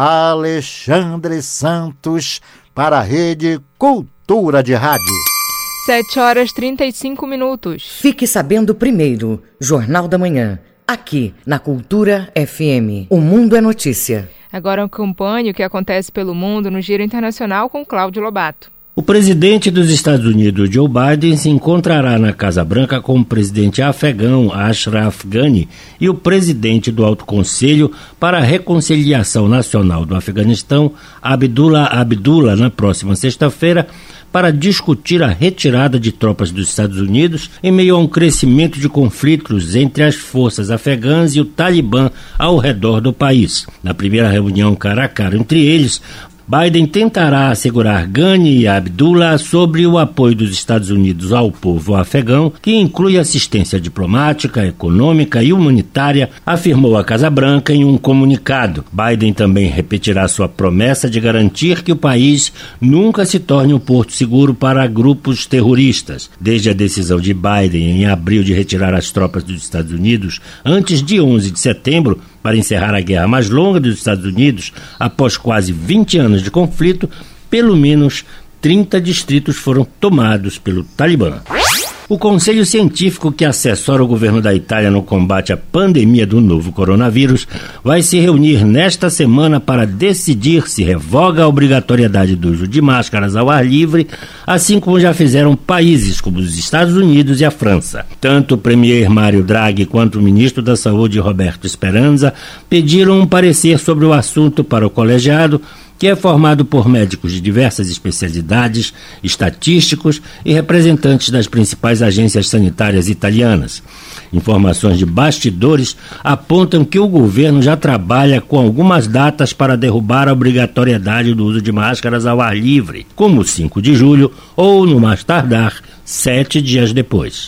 Alexandre Santos para a Rede Cultura de Rádio. sete horas e trinta e cinco minutos. Fique sabendo primeiro, Jornal da Manhã, aqui na Cultura F M. O Mundo é Notícia. Agora acompanhe o que acontece pelo mundo no Giro Internacional com Cláudio Lobato. O presidente dos Estados Unidos, Joe Biden, se encontrará na Casa Branca com o presidente afegão, Ashraf Ghani, e o presidente do Alto Conselho para a Reconciliação Nacional do Afeganistão, Abdullah Abdullah, na próxima sexta-feira, para discutir a retirada de tropas dos Estados Unidos em meio a um crescimento de conflitos entre as forças afegãs e o Talibã ao redor do país. Na primeira reunião cara a cara entre eles, Biden tentará assegurar Ghani e Abdullah sobre o apoio dos Estados Unidos ao povo afegão, que inclui assistência diplomática, econômica e humanitária, afirmou a Casa Branca em um comunicado. Biden também repetirá sua promessa de garantir que o país nunca se torne um porto seguro para grupos terroristas. Desde a decisão de Biden em abril de retirar as tropas dos Estados Unidos antes de onze de setembro, para encerrar a guerra mais longa dos Estados Unidos, após quase vinte anos de conflito, pelo menos trinta distritos foram tomados pelo Talibã. O Conselho Científico que assessora o governo da Itália no combate à pandemia do novo coronavírus vai se reunir nesta semana para decidir se revoga a obrigatoriedade do uso de máscaras ao ar livre, assim como já fizeram países como os Estados Unidos e a França. Tanto o premier Mário Draghi quanto o ministro da Saúde, Roberto Speranza, pediram um parecer sobre o assunto para o colegiado, que é formado por médicos de diversas especialidades, estatísticos e representantes das principais agências sanitárias italianas. Informações de bastidores apontam que o governo já trabalha com algumas datas para derrubar a obrigatoriedade do uso de máscaras ao ar livre, como cinco de julho ou, no mais tardar, sete dias depois.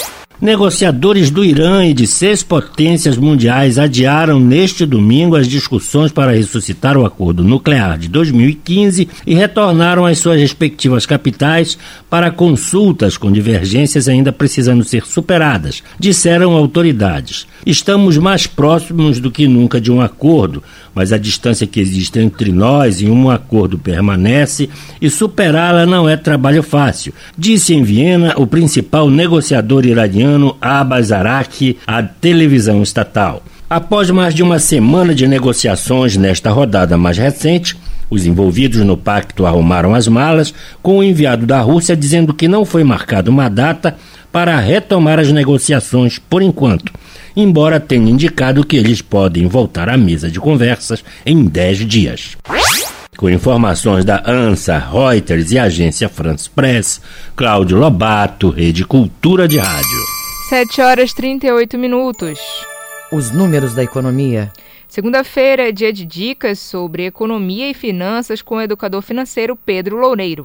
Negociadores do Irã e de seis potências mundiais adiaram neste domingo as discussões para ressuscitar o acordo nuclear de dois mil e quinze e retornaram às suas respectivas capitais para consultas com divergências ainda precisando ser superadas, disseram autoridades. Estamos mais próximos do que nunca de um acordo, mas a distância que existe entre nós e um acordo permanece e superá-la não é trabalho fácil, disse em Viena o principal negociador iraniano Abbas Araqi à televisão estatal. Após mais de uma semana de negociações nesta rodada mais recente, Os envolvidos no pacto arrumaram as malas com o enviado da Rússia dizendo que não foi marcada uma data para retomar as negociações por enquanto, embora tenha indicado que eles podem voltar à mesa de conversas em dez dias. Com informações da ANSA, Reuters e agência France Press, Cláudio Lobato, Rede Cultura de Rádio. sete horas e trinta e oito minutos. Os números da economia. Segunda-feira é dia de dicas sobre economia e finanças com o educador financeiro Pedro Loureiro.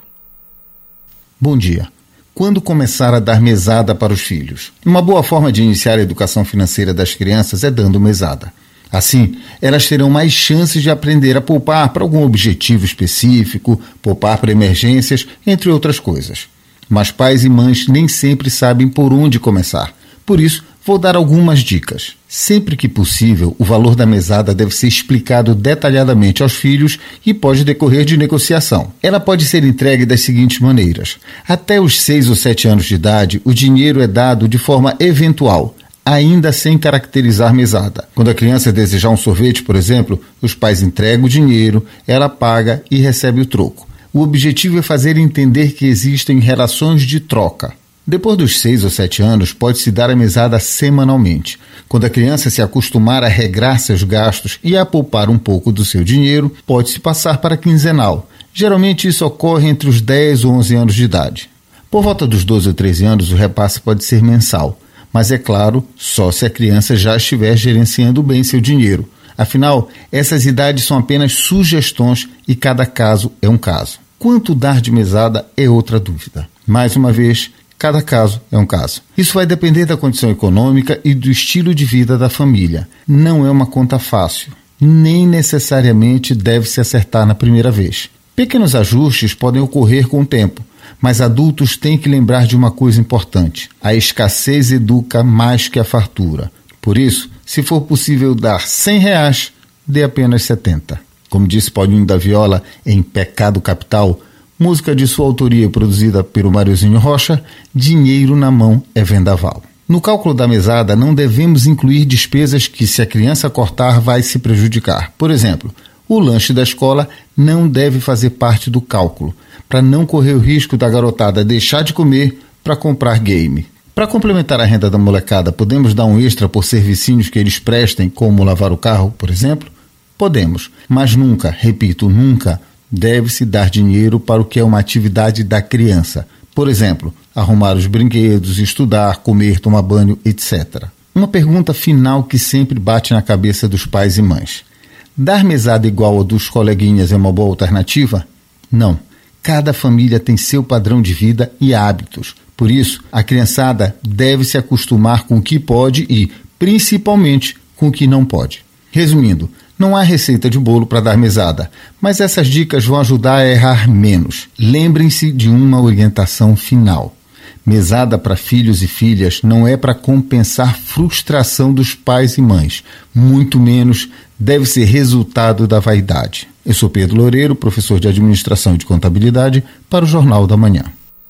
Bom dia. Quando começar a dar mesada para os filhos? Uma boa forma de iniciar a educação financeira das crianças é dando mesada. Assim, elas terão mais chances de aprender a poupar para algum objetivo específico, poupar para emergências, entre outras coisas. Mas pais e mães nem sempre sabem por onde começar. Por isso, vou dar algumas dicas. Sempre que possível, o valor da mesada deve ser explicado detalhadamente aos filhos e pode decorrer de negociação. Ela pode ser entregue das seguintes maneiras. Até os seis ou sete anos de idade, o dinheiro é dado de forma eventual, ainda sem caracterizar mesada. Quando a criança desejar um sorvete, por exemplo, os pais entregam o dinheiro, ela paga e recebe o troco. O objetivo é fazer entender que existem relações de troca. Depois dos seis ou sete anos, pode-se dar a mesada semanalmente. Quando a criança se acostumar a regrar seus gastos e a poupar um pouco do seu dinheiro, pode-se passar para quinzenal. Geralmente isso ocorre entre os dez ou onze anos de idade. Por volta dos doze ou treze anos, o repasse pode ser mensal. Mas é claro, só se a criança já estiver gerenciando bem seu dinheiro. Afinal, essas idades são apenas sugestões e cada caso é um caso. Quanto dar de mesada é outra dúvida. Mais uma vez, cada caso é um caso. Isso vai depender da condição econômica e do estilo de vida da família. Não é uma conta fácil. Nem necessariamente deve se acertar na primeira vez. Pequenos ajustes podem ocorrer com o tempo, mas adultos têm que lembrar de uma coisa importante. A escassez educa mais que a fartura. Por isso, se for possível dar cem reais, dê apenas setenta. Como disse Paulinho da Viola em Pecado Capital, música de sua autoria produzida pelo Mariozinho Rocha, dinheiro na mão é vendaval. No cálculo da mesada, não devemos incluir despesas que, se a criança cortar, vai se prejudicar. Por exemplo, o lanche da escola não deve fazer parte do cálculo, para não correr o risco da garotada deixar de comer para comprar game. Para complementar a renda da molecada, podemos dar um extra por servicinhos que eles prestem, como lavar o carro, por exemplo? Podemos, mas nunca, repito, nunca, deve-se dar dinheiro para o que é uma atividade da criança. Por exemplo, arrumar os brinquedos, estudar, comer, tomar banho, etcétera. Uma pergunta final que sempre bate na cabeça dos pais e mães. Dar mesada igual ao dos coleguinhas é uma boa alternativa? Não. Cada família tem seu padrão de vida e hábitos. Por isso, a criançada deve se acostumar com o que pode e, principalmente, com o que não pode. Resumindo, não há receita de bolo para dar mesada, mas essas dicas vão ajudar a errar menos. Lembrem-se de uma orientação final. Mesada para filhos e filhas não é para compensar frustração dos pais e mães, muito menos deve ser resultado da vaidade. Eu sou Pedro Loureiro, professor de Administração e de Contabilidade, para o Jornal da Manhã.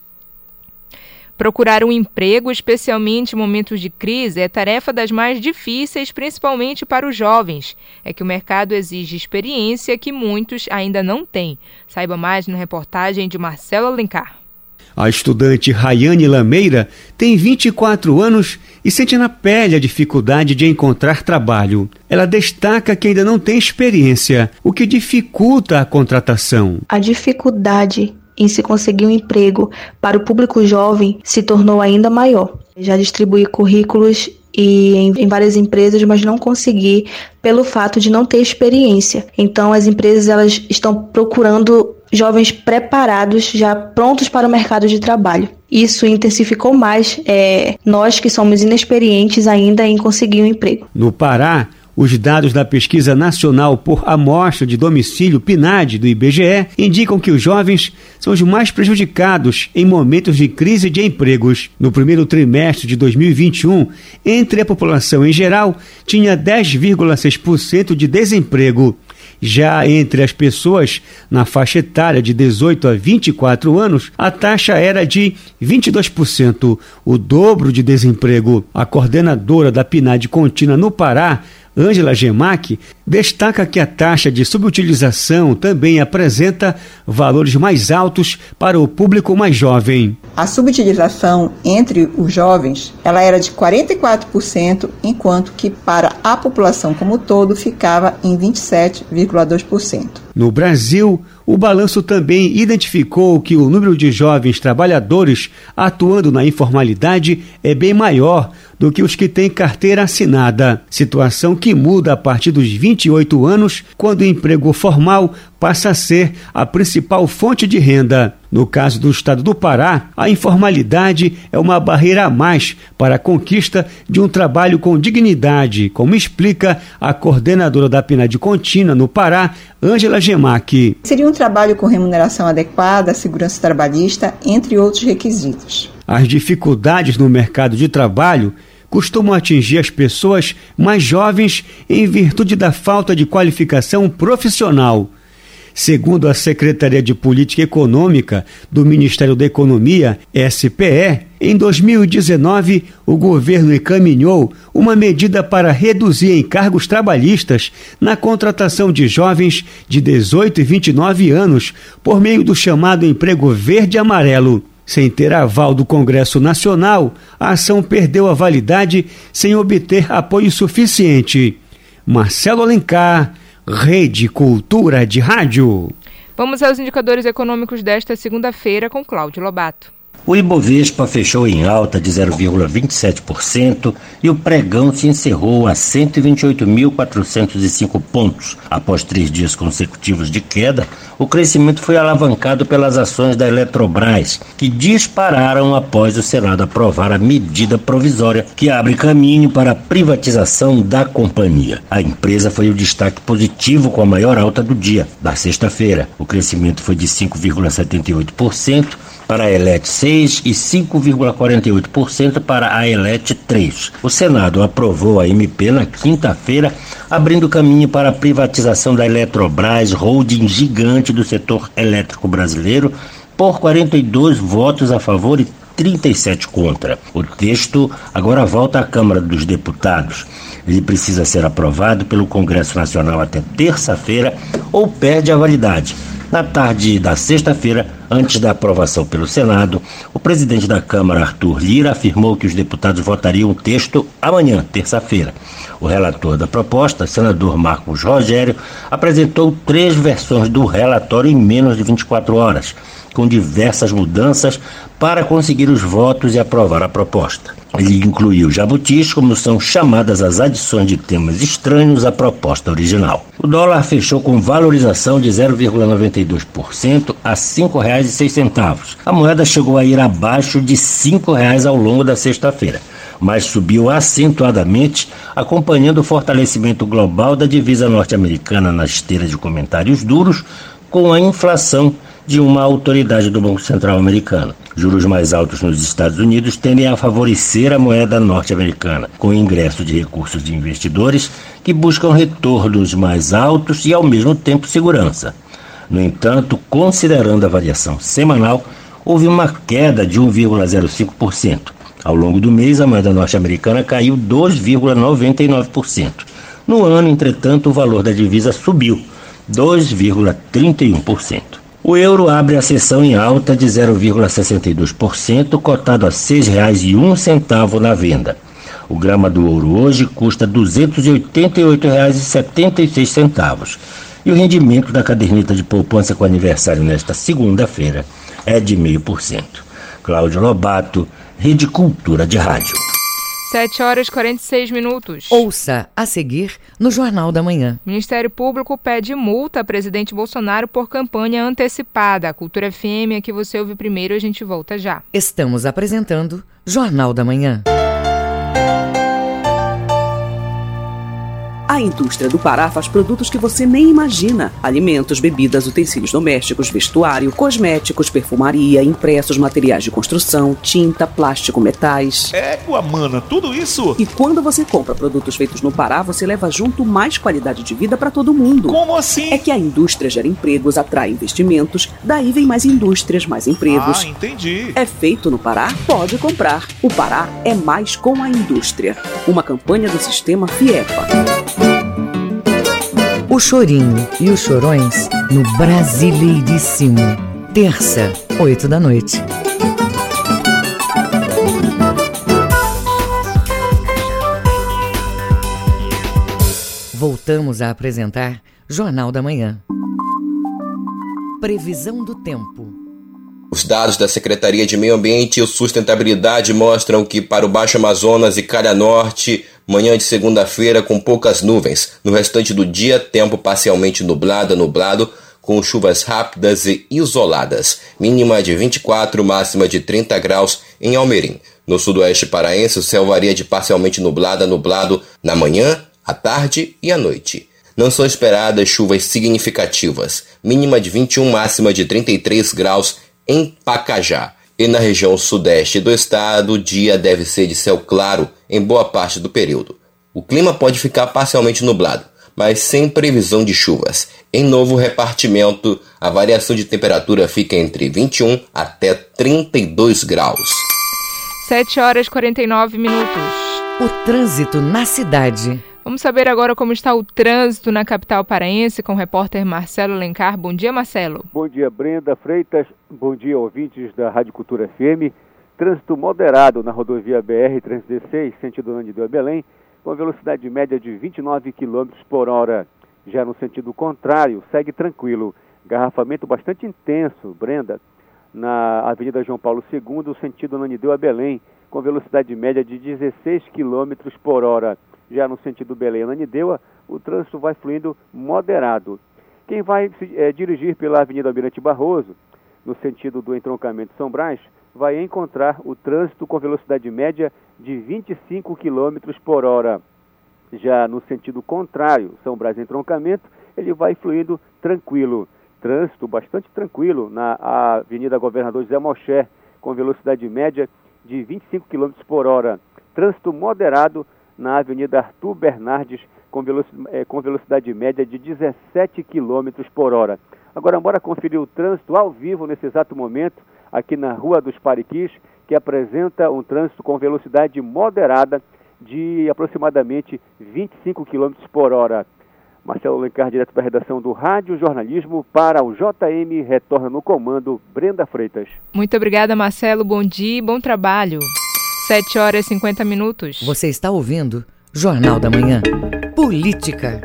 Procurar um emprego, especialmente em momentos de crise, é tarefa das mais difíceis, principalmente para os jovens. É que o mercado exige experiência que muitos ainda não têm. Saiba mais na reportagem de Marcelo Alencar. A estudante Rayane Lameira tem vinte e quatro anos e sente na pele a dificuldade de encontrar trabalho. Ela destaca que ainda não tem experiência, o que dificulta a contratação. A dificuldade em se conseguir um emprego para o público jovem se tornou ainda maior. Já distribuí currículos e em, em várias empresas, mas não consegui pelo fato de não ter experiência. Então as empresas elas estão procurando jovens preparados, já prontos para o mercado de trabalho. Isso intensificou mais é, nós que somos inexperientes ainda em conseguir um emprego. No Pará, os dados da Pesquisa Nacional por Amostra de Domicílio P N A D do I B G E indicam que os jovens são os mais prejudicados em momentos de crise de empregos. No primeiro trimestre de dois mil e vinte e um, entre a população em geral, tinha dez vírgula seis por cento de desemprego. Já entre as pessoas na faixa etária de dezoito a vinte e quatro anos, a taxa era de vinte e dois por cento, o dobro de desemprego. A coordenadora da P N A D contínua no Pará, Ângela Gemac, destaca que a taxa de subutilização também apresenta valores mais altos para o público mais jovem. A subutilização entre os jovens ela era de quarenta e quatro por cento, enquanto que para a população como um todo ficava em vinte e sete vírgula dois por cento. No Brasil, o balanço também identificou que o número de jovens trabalhadores atuando na informalidade é bem maior do que os que têm carteira assinada, situação que muda a partir dos vinte e oito anos, quando o emprego formal passa a ser a principal fonte de renda. No caso do estado do Pará, a informalidade é uma barreira a mais para a conquista de um trabalho com dignidade, como explica a coordenadora da PNAD Contínua no Pará, Ângela Gemac. Seria um trabalho com remuneração adequada, segurança trabalhista, entre outros requisitos. As dificuldades no mercado de trabalho costumam atingir as pessoas mais jovens em virtude da falta de qualificação profissional. Segundo a Secretaria de Política Econômica do Ministério da Economia, S P E, em dois mil e dezenove, o governo encaminhou uma medida para reduzir encargos trabalhistas na contratação de jovens de dezoito e vinte e nove anos por meio do chamado emprego verde e amarelo. Sem ter aval do Congresso Nacional, a ação perdeu a validade sem obter apoio suficiente. Marcelo Alencar, Rede Cultura de Rádio. Vamos aos indicadores econômicos desta segunda-feira com Cláudio Lobato. O Ibovespa fechou em alta de zero vírgula vinte e sete por cento e o pregão se encerrou a cento e vinte e oito mil quatrocentos e cinco pontos. Após três dias consecutivos de queda, o crescimento foi alavancado pelas ações da Eletrobras, que dispararam após o Senado aprovar a medida provisória que abre caminho para a privatização da companhia. A empresa foi o destaque positivo com a maior alta do dia, da sexta-feira. O crescimento foi de cinco vírgula setenta e oito por cento para a Elet seis e cinco vírgula quarenta e oito por cento para a Elet três. O Senado aprovou a M P na quinta-feira, abrindo caminho para a privatização da Eletrobras, holding gigante do setor elétrico brasileiro, por quarenta e dois votos a favor e trinta e sete contra. O texto agora volta à Câmara dos Deputados. Ele precisa ser aprovado pelo Congresso Nacional até terça-feira ou perde a validade. Na tarde da sexta-feira, antes da aprovação pelo Senado, o presidente da Câmara, Arthur Lira, afirmou que os deputados votariam o texto amanhã, terça-feira. O relator da proposta, senador Marcos Rogério, apresentou três versões do relatório em menos de vinte e quatro horas, com diversas mudanças para conseguir os votos e aprovar a proposta. Ele incluiu jabutis, como são chamadas as adições de temas estranhos à proposta original. O dólar fechou com valorização de zero vírgula noventa e dois por cento a cinco reais e seis centavos. A moeda chegou a ir abaixo de cinco reais ao longo da sexta-feira, mas subiu acentuadamente, acompanhando o fortalecimento global da divisa norte-americana na esteira de comentários duros, com a inflação de uma autoridade do Banco Central americano. Juros mais altos nos Estados Unidos tendem a favorecer a moeda norte-americana, com o ingresso de recursos de investidores que buscam retornos mais altos e, ao mesmo tempo, segurança. No entanto, considerando a variação semanal, houve uma queda de um vírgula zero cinco por cento. Ao longo do mês, a moeda norte-americana caiu dois vírgula noventa e nove por cento. No ano, entretanto, o valor da divisa subiu dois vírgula trinta e um por cento. O euro abre a sessão em alta de zero vírgula sessenta e dois por cento, cotado a seis reais e um centavo na venda. O grama do ouro hoje custa duzentos e oitenta e oito reais e setenta e seis centavos. E o rendimento da caderneta de poupança com aniversário nesta segunda-feira é de zero vírgula cinco por cento. Cláudio Lobato, Rede Cultura de Rádio. sete horas e quarenta e seis minutos. Ouça a seguir no Jornal da Manhã. Ministério Público pede multa a presidente Bolsonaro por campanha antecipada. A Cultura F M é que você ouve primeiro, a gente volta já. Estamos apresentando Jornal da Manhã. A indústria do Pará faz produtos que você nem imagina. Alimentos, bebidas, utensílios domésticos, vestuário, cosméticos, perfumaria, impressos, materiais de construção, tinta, plástico, metais. Égua, mana, tudo isso? E quando você compra produtos feitos no Pará, você leva junto mais qualidade de vida para todo mundo. Como assim? É que a indústria gera empregos, atrai investimentos, daí vem mais indústrias, mais empregos. Ah, entendi. É feito no Pará? Pode comprar. O Pará é mais com a indústria. Uma campanha do Sistema FIEPA. O Chorinho e os Chorões no Brasileiríssimo. Terça, oito da noite. Voltamos a apresentar Jornal da Manhã. Previsão do tempo. Os dados da Secretaria de Meio Ambiente e Sustentabilidade mostram que para o Baixo Amazonas e Calha Norte, manhã de segunda-feira com poucas nuvens. No restante do dia, tempo parcialmente nublado a nublado, com chuvas rápidas e isoladas. Mínima de vinte e quatro, máxima de trinta graus em Almerim. No sudoeste paraense, o céu varia de parcialmente nublado a nublado na manhã, à tarde e à noite. Não são esperadas chuvas significativas. Mínima de vinte e um, máxima de trinta e três graus em Pacajá. E na região sudeste do estado, o dia deve ser de céu claro em boa parte do período. O clima pode ficar parcialmente nublado, mas sem previsão de chuvas. Em Novo Repartimento, a variação de temperatura fica entre vinte e um até trinta e dois graus. sete horas e quarenta e nove minutos. O trânsito na cidade. Vamos saber agora como está o trânsito na capital paraense com o repórter Marcelo Alencar. Bom dia, Marcelo. Bom dia, Brenda Freitas. Bom dia, ouvintes da Rádio Cultura F M. Trânsito moderado na rodovia B R trezentos e dezesseis, sentido Ananindeua a Belém, com velocidade média de vinte e nove quilômetros por hora. Já no sentido contrário, segue tranquilo. Garrafamento bastante intenso, Brenda, na Avenida João Paulo segundo, sentido Ananindeua a Belém, com velocidade média de dezesseis quilômetros por hora. Já no sentido Belém-Ananindeua, o trânsito vai fluindo moderado. Quem vai se, é, dirigir pela Avenida Almirante Barroso, no sentido do entroncamento São Brás, vai encontrar o trânsito com velocidade média de vinte e cinco quilômetros por hora. Já no sentido contrário, São Brás entroncamento, ele vai fluindo tranquilo. Trânsito bastante tranquilo na Avenida Governador José Malcher, com velocidade média de vinte e cinco quilômetros por hora. Trânsito moderado na Avenida Arthur Bernardes, com velocidade, é, com velocidade média de dezessete quilômetros por hora. Agora, bora conferir o trânsito ao vivo nesse exato momento, aqui na Rua dos Pariquis, que apresenta um trânsito com velocidade moderada de aproximadamente vinte e cinco quilômetros por hora. Marcelo Alencar, direto da redação do Rádio Jornalismo, para o J M, retorna no comando Brenda Freitas. Muito obrigada, Marcelo. Bom dia e bom trabalho. sete horas e cinquenta minutos. Você está ouvindo Jornal da Manhã. Política.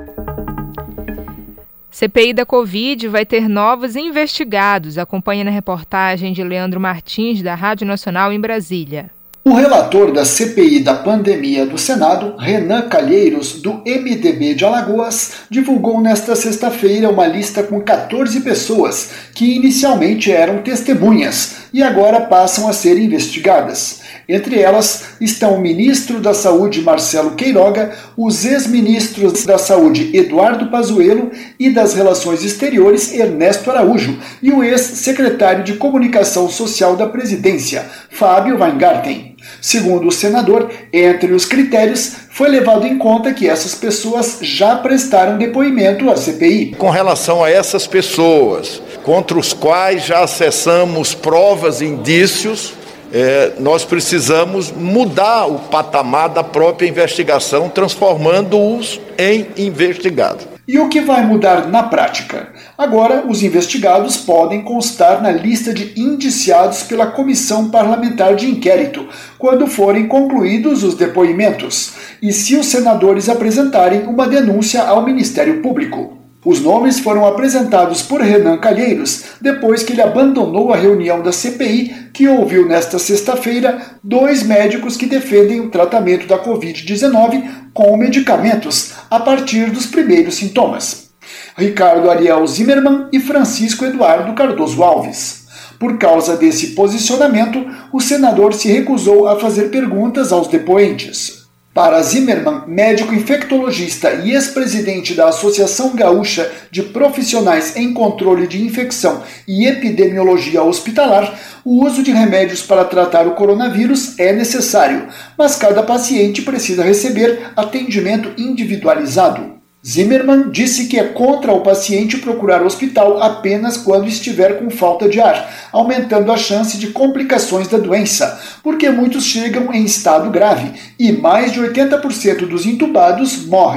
C P I da Covid vai ter novos investigados. Acompanhe na reportagem de Leandro Martins, da Rádio Nacional em Brasília. O relator da C P I da pandemia do Senado, Renan Calheiros, do M D B de Alagoas, divulgou nesta sexta-feira uma lista com quatorze pessoas que inicialmente eram testemunhas e agora passam a ser investigadas. Entre elas estão o ministro da Saúde, Marcelo Queiroga, os ex-ministros da Saúde, Eduardo Pazuello, e das Relações Exteriores, Ernesto Araújo, e o ex-secretário de Comunicação Social da Presidência, Fábio Weingarten. Segundo o senador, entre os critérios, foi levado em conta que essas pessoas já prestaram depoimento à C P I. Com relação a essas pessoas, contra os quais já acessamos provas e indícios, É, nós precisamos mudar o patamar da própria investigação, transformando-os em investigados. E o que vai mudar na prática? Agora, os investigados podem constar na lista de indiciados pela Comissão Parlamentar de Inquérito, quando forem concluídos os depoimentos, e se os senadores apresentarem uma denúncia ao Ministério Público. Os nomes foram apresentados por Renan Calheiros depois que ele abandonou a reunião da C P I, que ouviu nesta sexta-feira dois médicos que defendem o tratamento da covid dezenove com medicamentos a partir dos primeiros sintomas. Ricardo Ariel Zimmermann e Francisco Eduardo Cardoso Alves. Por causa desse posicionamento, o senador se recusou a fazer perguntas aos depoentes. Para Zimmermann, médico infectologista e ex-presidente da Associação Gaúcha de Profissionais em Controle de Infecção e Epidemiologia Hospitalar, o uso de remédios para tratar o coronavírus é necessário, mas cada paciente precisa receber atendimento individualizado. Zimmermann disse que é contra o paciente procurar o hospital apenas quando estiver com falta de ar, aumentando a chance de complicações da doença, porque muitos chegam em estado grave e mais de oitenta por cento dos entubados morrem.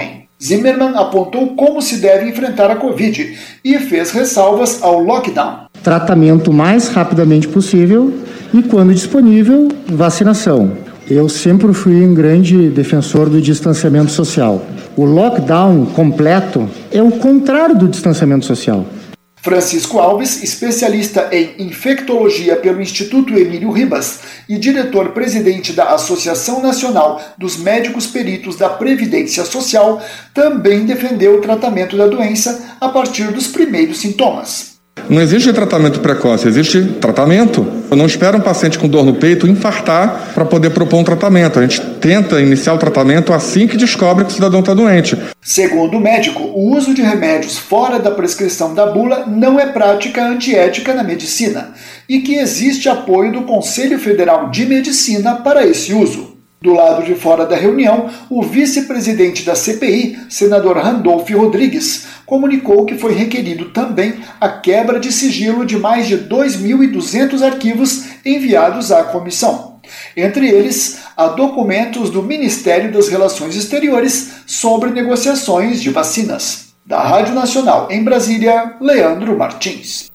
Zimmermann apontou como se deve enfrentar a Covid e fez ressalvas ao lockdown. Tratamento o mais rapidamente possível e, quando disponível, vacinação. Eu sempre fui um grande defensor do distanciamento social. O lockdown completo é o contrário do distanciamento social. Francisco Alves, especialista em infectologia pelo Instituto Emílio Ribas e diretor-presidente da Associação Nacional dos Médicos Peritos da Previdência Social, também defendeu o tratamento da doença a partir dos primeiros sintomas. Não existe tratamento precoce, existe tratamento. Eu não espero um paciente com dor no peito infartar para poder propor um tratamento. A gente tenta iniciar o tratamento assim que descobre que o cidadão está doente. Segundo o médico, o uso de remédios fora da prescrição da bula não é prática antiética na medicina e que existe apoio do Conselho Federal de Medicina para esse uso. Do lado de fora da reunião, o vice-presidente da C P I, senador Randolph Rodrigues, comunicou que foi requerido também a quebra de sigilo de mais de dois mil e duzentos arquivos enviados à comissão. Entre eles, há documentos do Ministério das Relações Exteriores sobre negociações de vacinas. Da Rádio Nacional em Brasília, Leandro Martins.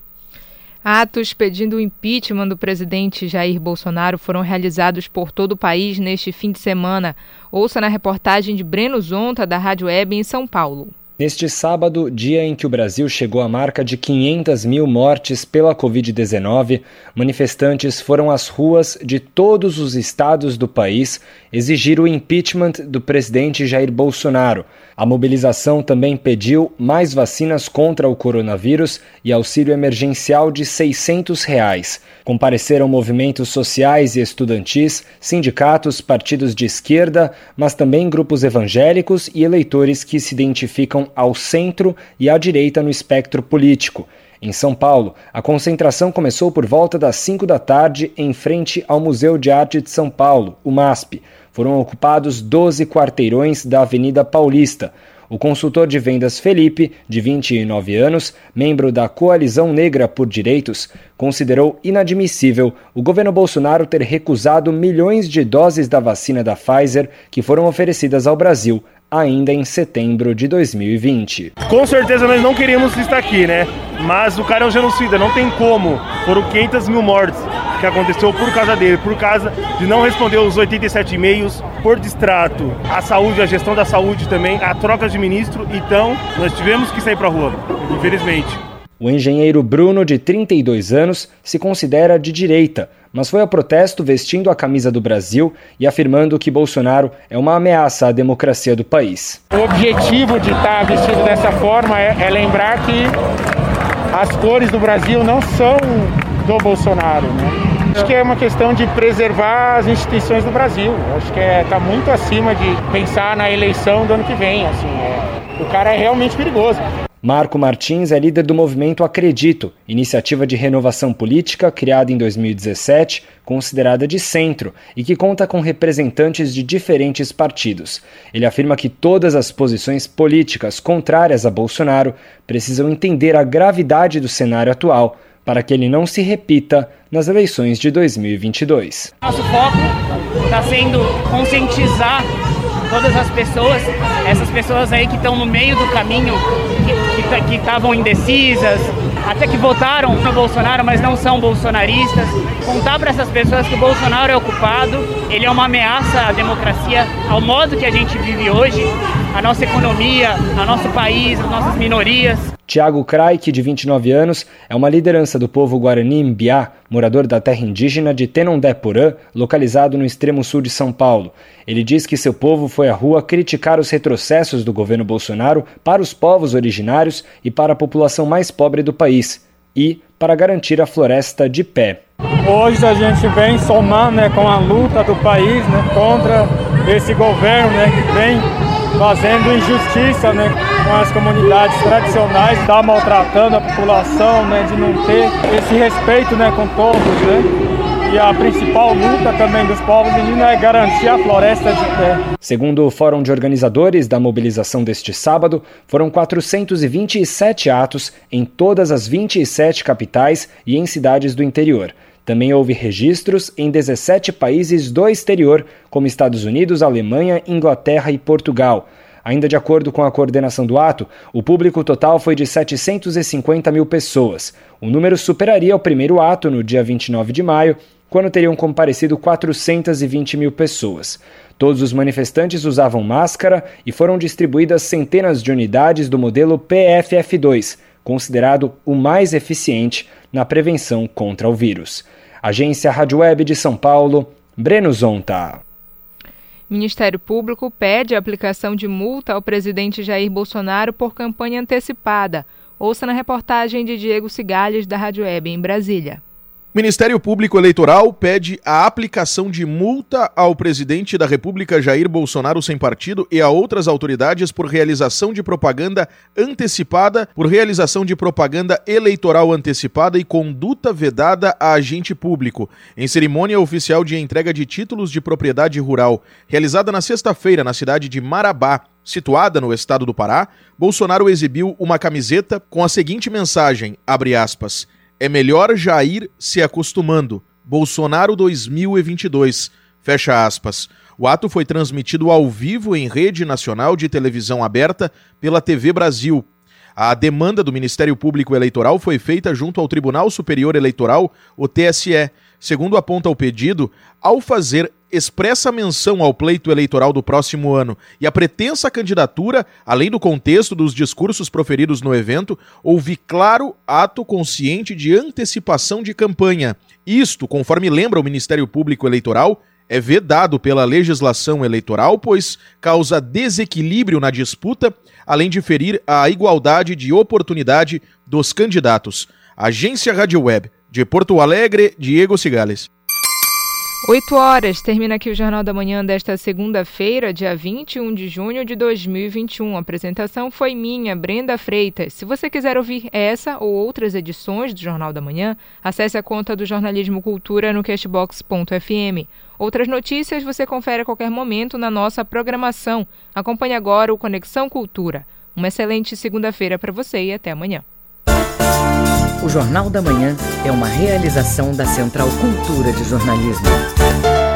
Atos pedindo o impeachment do presidente Jair Bolsonaro foram realizados por todo o país neste fim de semana. Ouça na reportagem de Breno Zonta, da Rádio Web em São Paulo. Neste sábado, dia em que o Brasil chegou à marca de quinhentas mil mortes pela covid dezenove, manifestantes foram às ruas de todos os estados do país exigir o impeachment do presidente Jair Bolsonaro. A mobilização também pediu mais vacinas contra o coronavírus e auxílio emergencial de seiscentos reais. Compareceram movimentos sociais e estudantis, sindicatos, partidos de esquerda, mas também grupos evangélicos e eleitores que se identificam ao centro e à direita no espectro político. Em São Paulo, a concentração começou por volta das cinco da tarde em frente ao Museu de Arte de São Paulo, o MASP. Foram ocupados doze quarteirões da Avenida Paulista. O consultor de vendas Felipe, de vinte e nove anos, membro da Coalizão Negra por Direitos, considerou inadmissível o governo Bolsonaro ter recusado milhões de doses da vacina da Pfizer que foram oferecidas ao Brasil ainda em setembro de dois mil e vinte. Com certeza nós não queríamos estar aqui, né? Mas o cara é um genocida, não tem como. Foram quinhentas mil mortes que aconteceu por causa dele, por causa de não responder os oitenta e sete e-mails, por distrato, a saúde, a gestão da saúde também, a troca de ministro. Então, nós tivemos que sair pra rua, infelizmente. O engenheiro Bruno, de trinta e dois anos, se considera de direita, mas foi a protesto vestindo a camisa do Brasil e afirmando que Bolsonaro é uma ameaça à democracia do país. O objetivo de estar vestido dessa forma é, é lembrar que as cores do Brasil não são do Bolsonaro, né? Acho que é uma questão de preservar as instituições do Brasil. Acho que está é, muito acima de pensar na eleição do ano que vem. Assim, é, o cara é realmente perigoso. Marco Martins é líder do movimento Acredito, iniciativa de renovação política criada em dois mil e dezessete, considerada de centro e que conta com representantes de diferentes partidos. Ele afirma que todas as posições políticas contrárias a Bolsonaro precisam entender a gravidade do cenário atual para que ele não se repita nas eleições de dois mil e vinte e dois. Nosso foco está sendo conscientizar todas as pessoas, essas pessoas aí que estão no meio do caminho, que estavam indecisas, até que votaram no Bolsonaro, mas não são bolsonaristas. Contar para essas pessoas que o Bolsonaro é o culpado, ele é uma ameaça à democracia, ao modo que a gente vive hoje, a nossa economia, ao nosso país, as nossas minorias. Tiago Kraik, de vinte e nove anos, é uma liderança do povo Guarani Mbiá, morador da terra indígena de Tenondé-Porã, localizado no extremo sul de São Paulo. Ele diz que seu povo foi à rua criticar os retrocessos do governo Bolsonaro para os povos originários e para a população mais pobre do país, e para garantir a floresta de pé. Hoje a gente vem somando, né, com a luta do país, né, contra esse governo, né, que vem fazendo injustiça, né, com as comunidades tradicionais, está maltratando a população, né, de não ter esse respeito, né, com todos, né. E a principal luta também dos povos indígenas é garantir a floresta de pé. Segundo o Fórum de Organizadores da mobilização deste sábado, foram quatrocentos e vinte e sete atos em todas as vinte e sete capitais e em cidades do interior. Também houve registros em dezessete países do exterior, como Estados Unidos, Alemanha, Inglaterra e Portugal. Ainda de acordo com a coordenação do ato, o público total foi de setecentos e cinquenta mil pessoas. O número superaria o primeiro ato, no dia vinte e nove de maio, quando teriam comparecido quatrocentos e vinte mil pessoas. Todos os manifestantes usavam máscara e foram distribuídas centenas de unidades do modelo P F F dois, considerado o mais eficiente na prevenção contra o vírus. Agência Rádio Web de São Paulo, Breno Zonta. Ministério Público pede a aplicação de multa ao presidente Jair Bolsonaro por campanha antecipada. Ouça na reportagem de Diego Cigales, da Rádio Web, em Brasília. O Ministério Público Eleitoral pede a aplicação de multa ao presidente da República Jair Bolsonaro sem partido e a outras autoridades por realização de propaganda antecipada, por realização de propaganda eleitoral antecipada e conduta vedada a agente público, em cerimônia oficial de entrega de títulos de propriedade rural, realizada na sexta-feira na cidade de Marabá, situada no estado do Pará. Bolsonaro exibiu uma camiseta com a seguinte mensagem, abre aspas, é melhor Jair se acostumando. Bolsonaro dois mil e vinte e dois. Fecha aspas. O ato foi transmitido ao vivo em rede nacional de televisão aberta pela T V Brasil. A demanda do Ministério Público Eleitoral foi feita junto ao Tribunal Superior Eleitoral, o T S E. Segundo aponta o pedido, ao fazer expressa menção ao pleito eleitoral do próximo ano e a pretensa candidatura, além do contexto dos discursos proferidos no evento, houve claro ato consciente de antecipação de campanha. Isto, conforme lembra o Ministério Público Eleitoral, é vedado pela legislação eleitoral, pois causa desequilíbrio na disputa, além de ferir a igualdade de oportunidade dos candidatos. Agência Rádio Web, de Porto Alegre, Diego Cigales. oito horas, termina aqui o Jornal da Manhã desta segunda-feira, dia vinte e um de junho de dois mil e vinte e um. A apresentação foi minha, Brenda Freitas. Se você quiser ouvir essa ou outras edições do Jornal da Manhã, acesse a conta do Jornalismo Cultura no castbox ponto f m. Outras notícias você confere a qualquer momento na nossa programação. Acompanhe agora o Conexão Cultura. Uma excelente segunda-feira para você e até amanhã. O Jornal da Manhã é uma realização da Central Cultura de Jornalismo.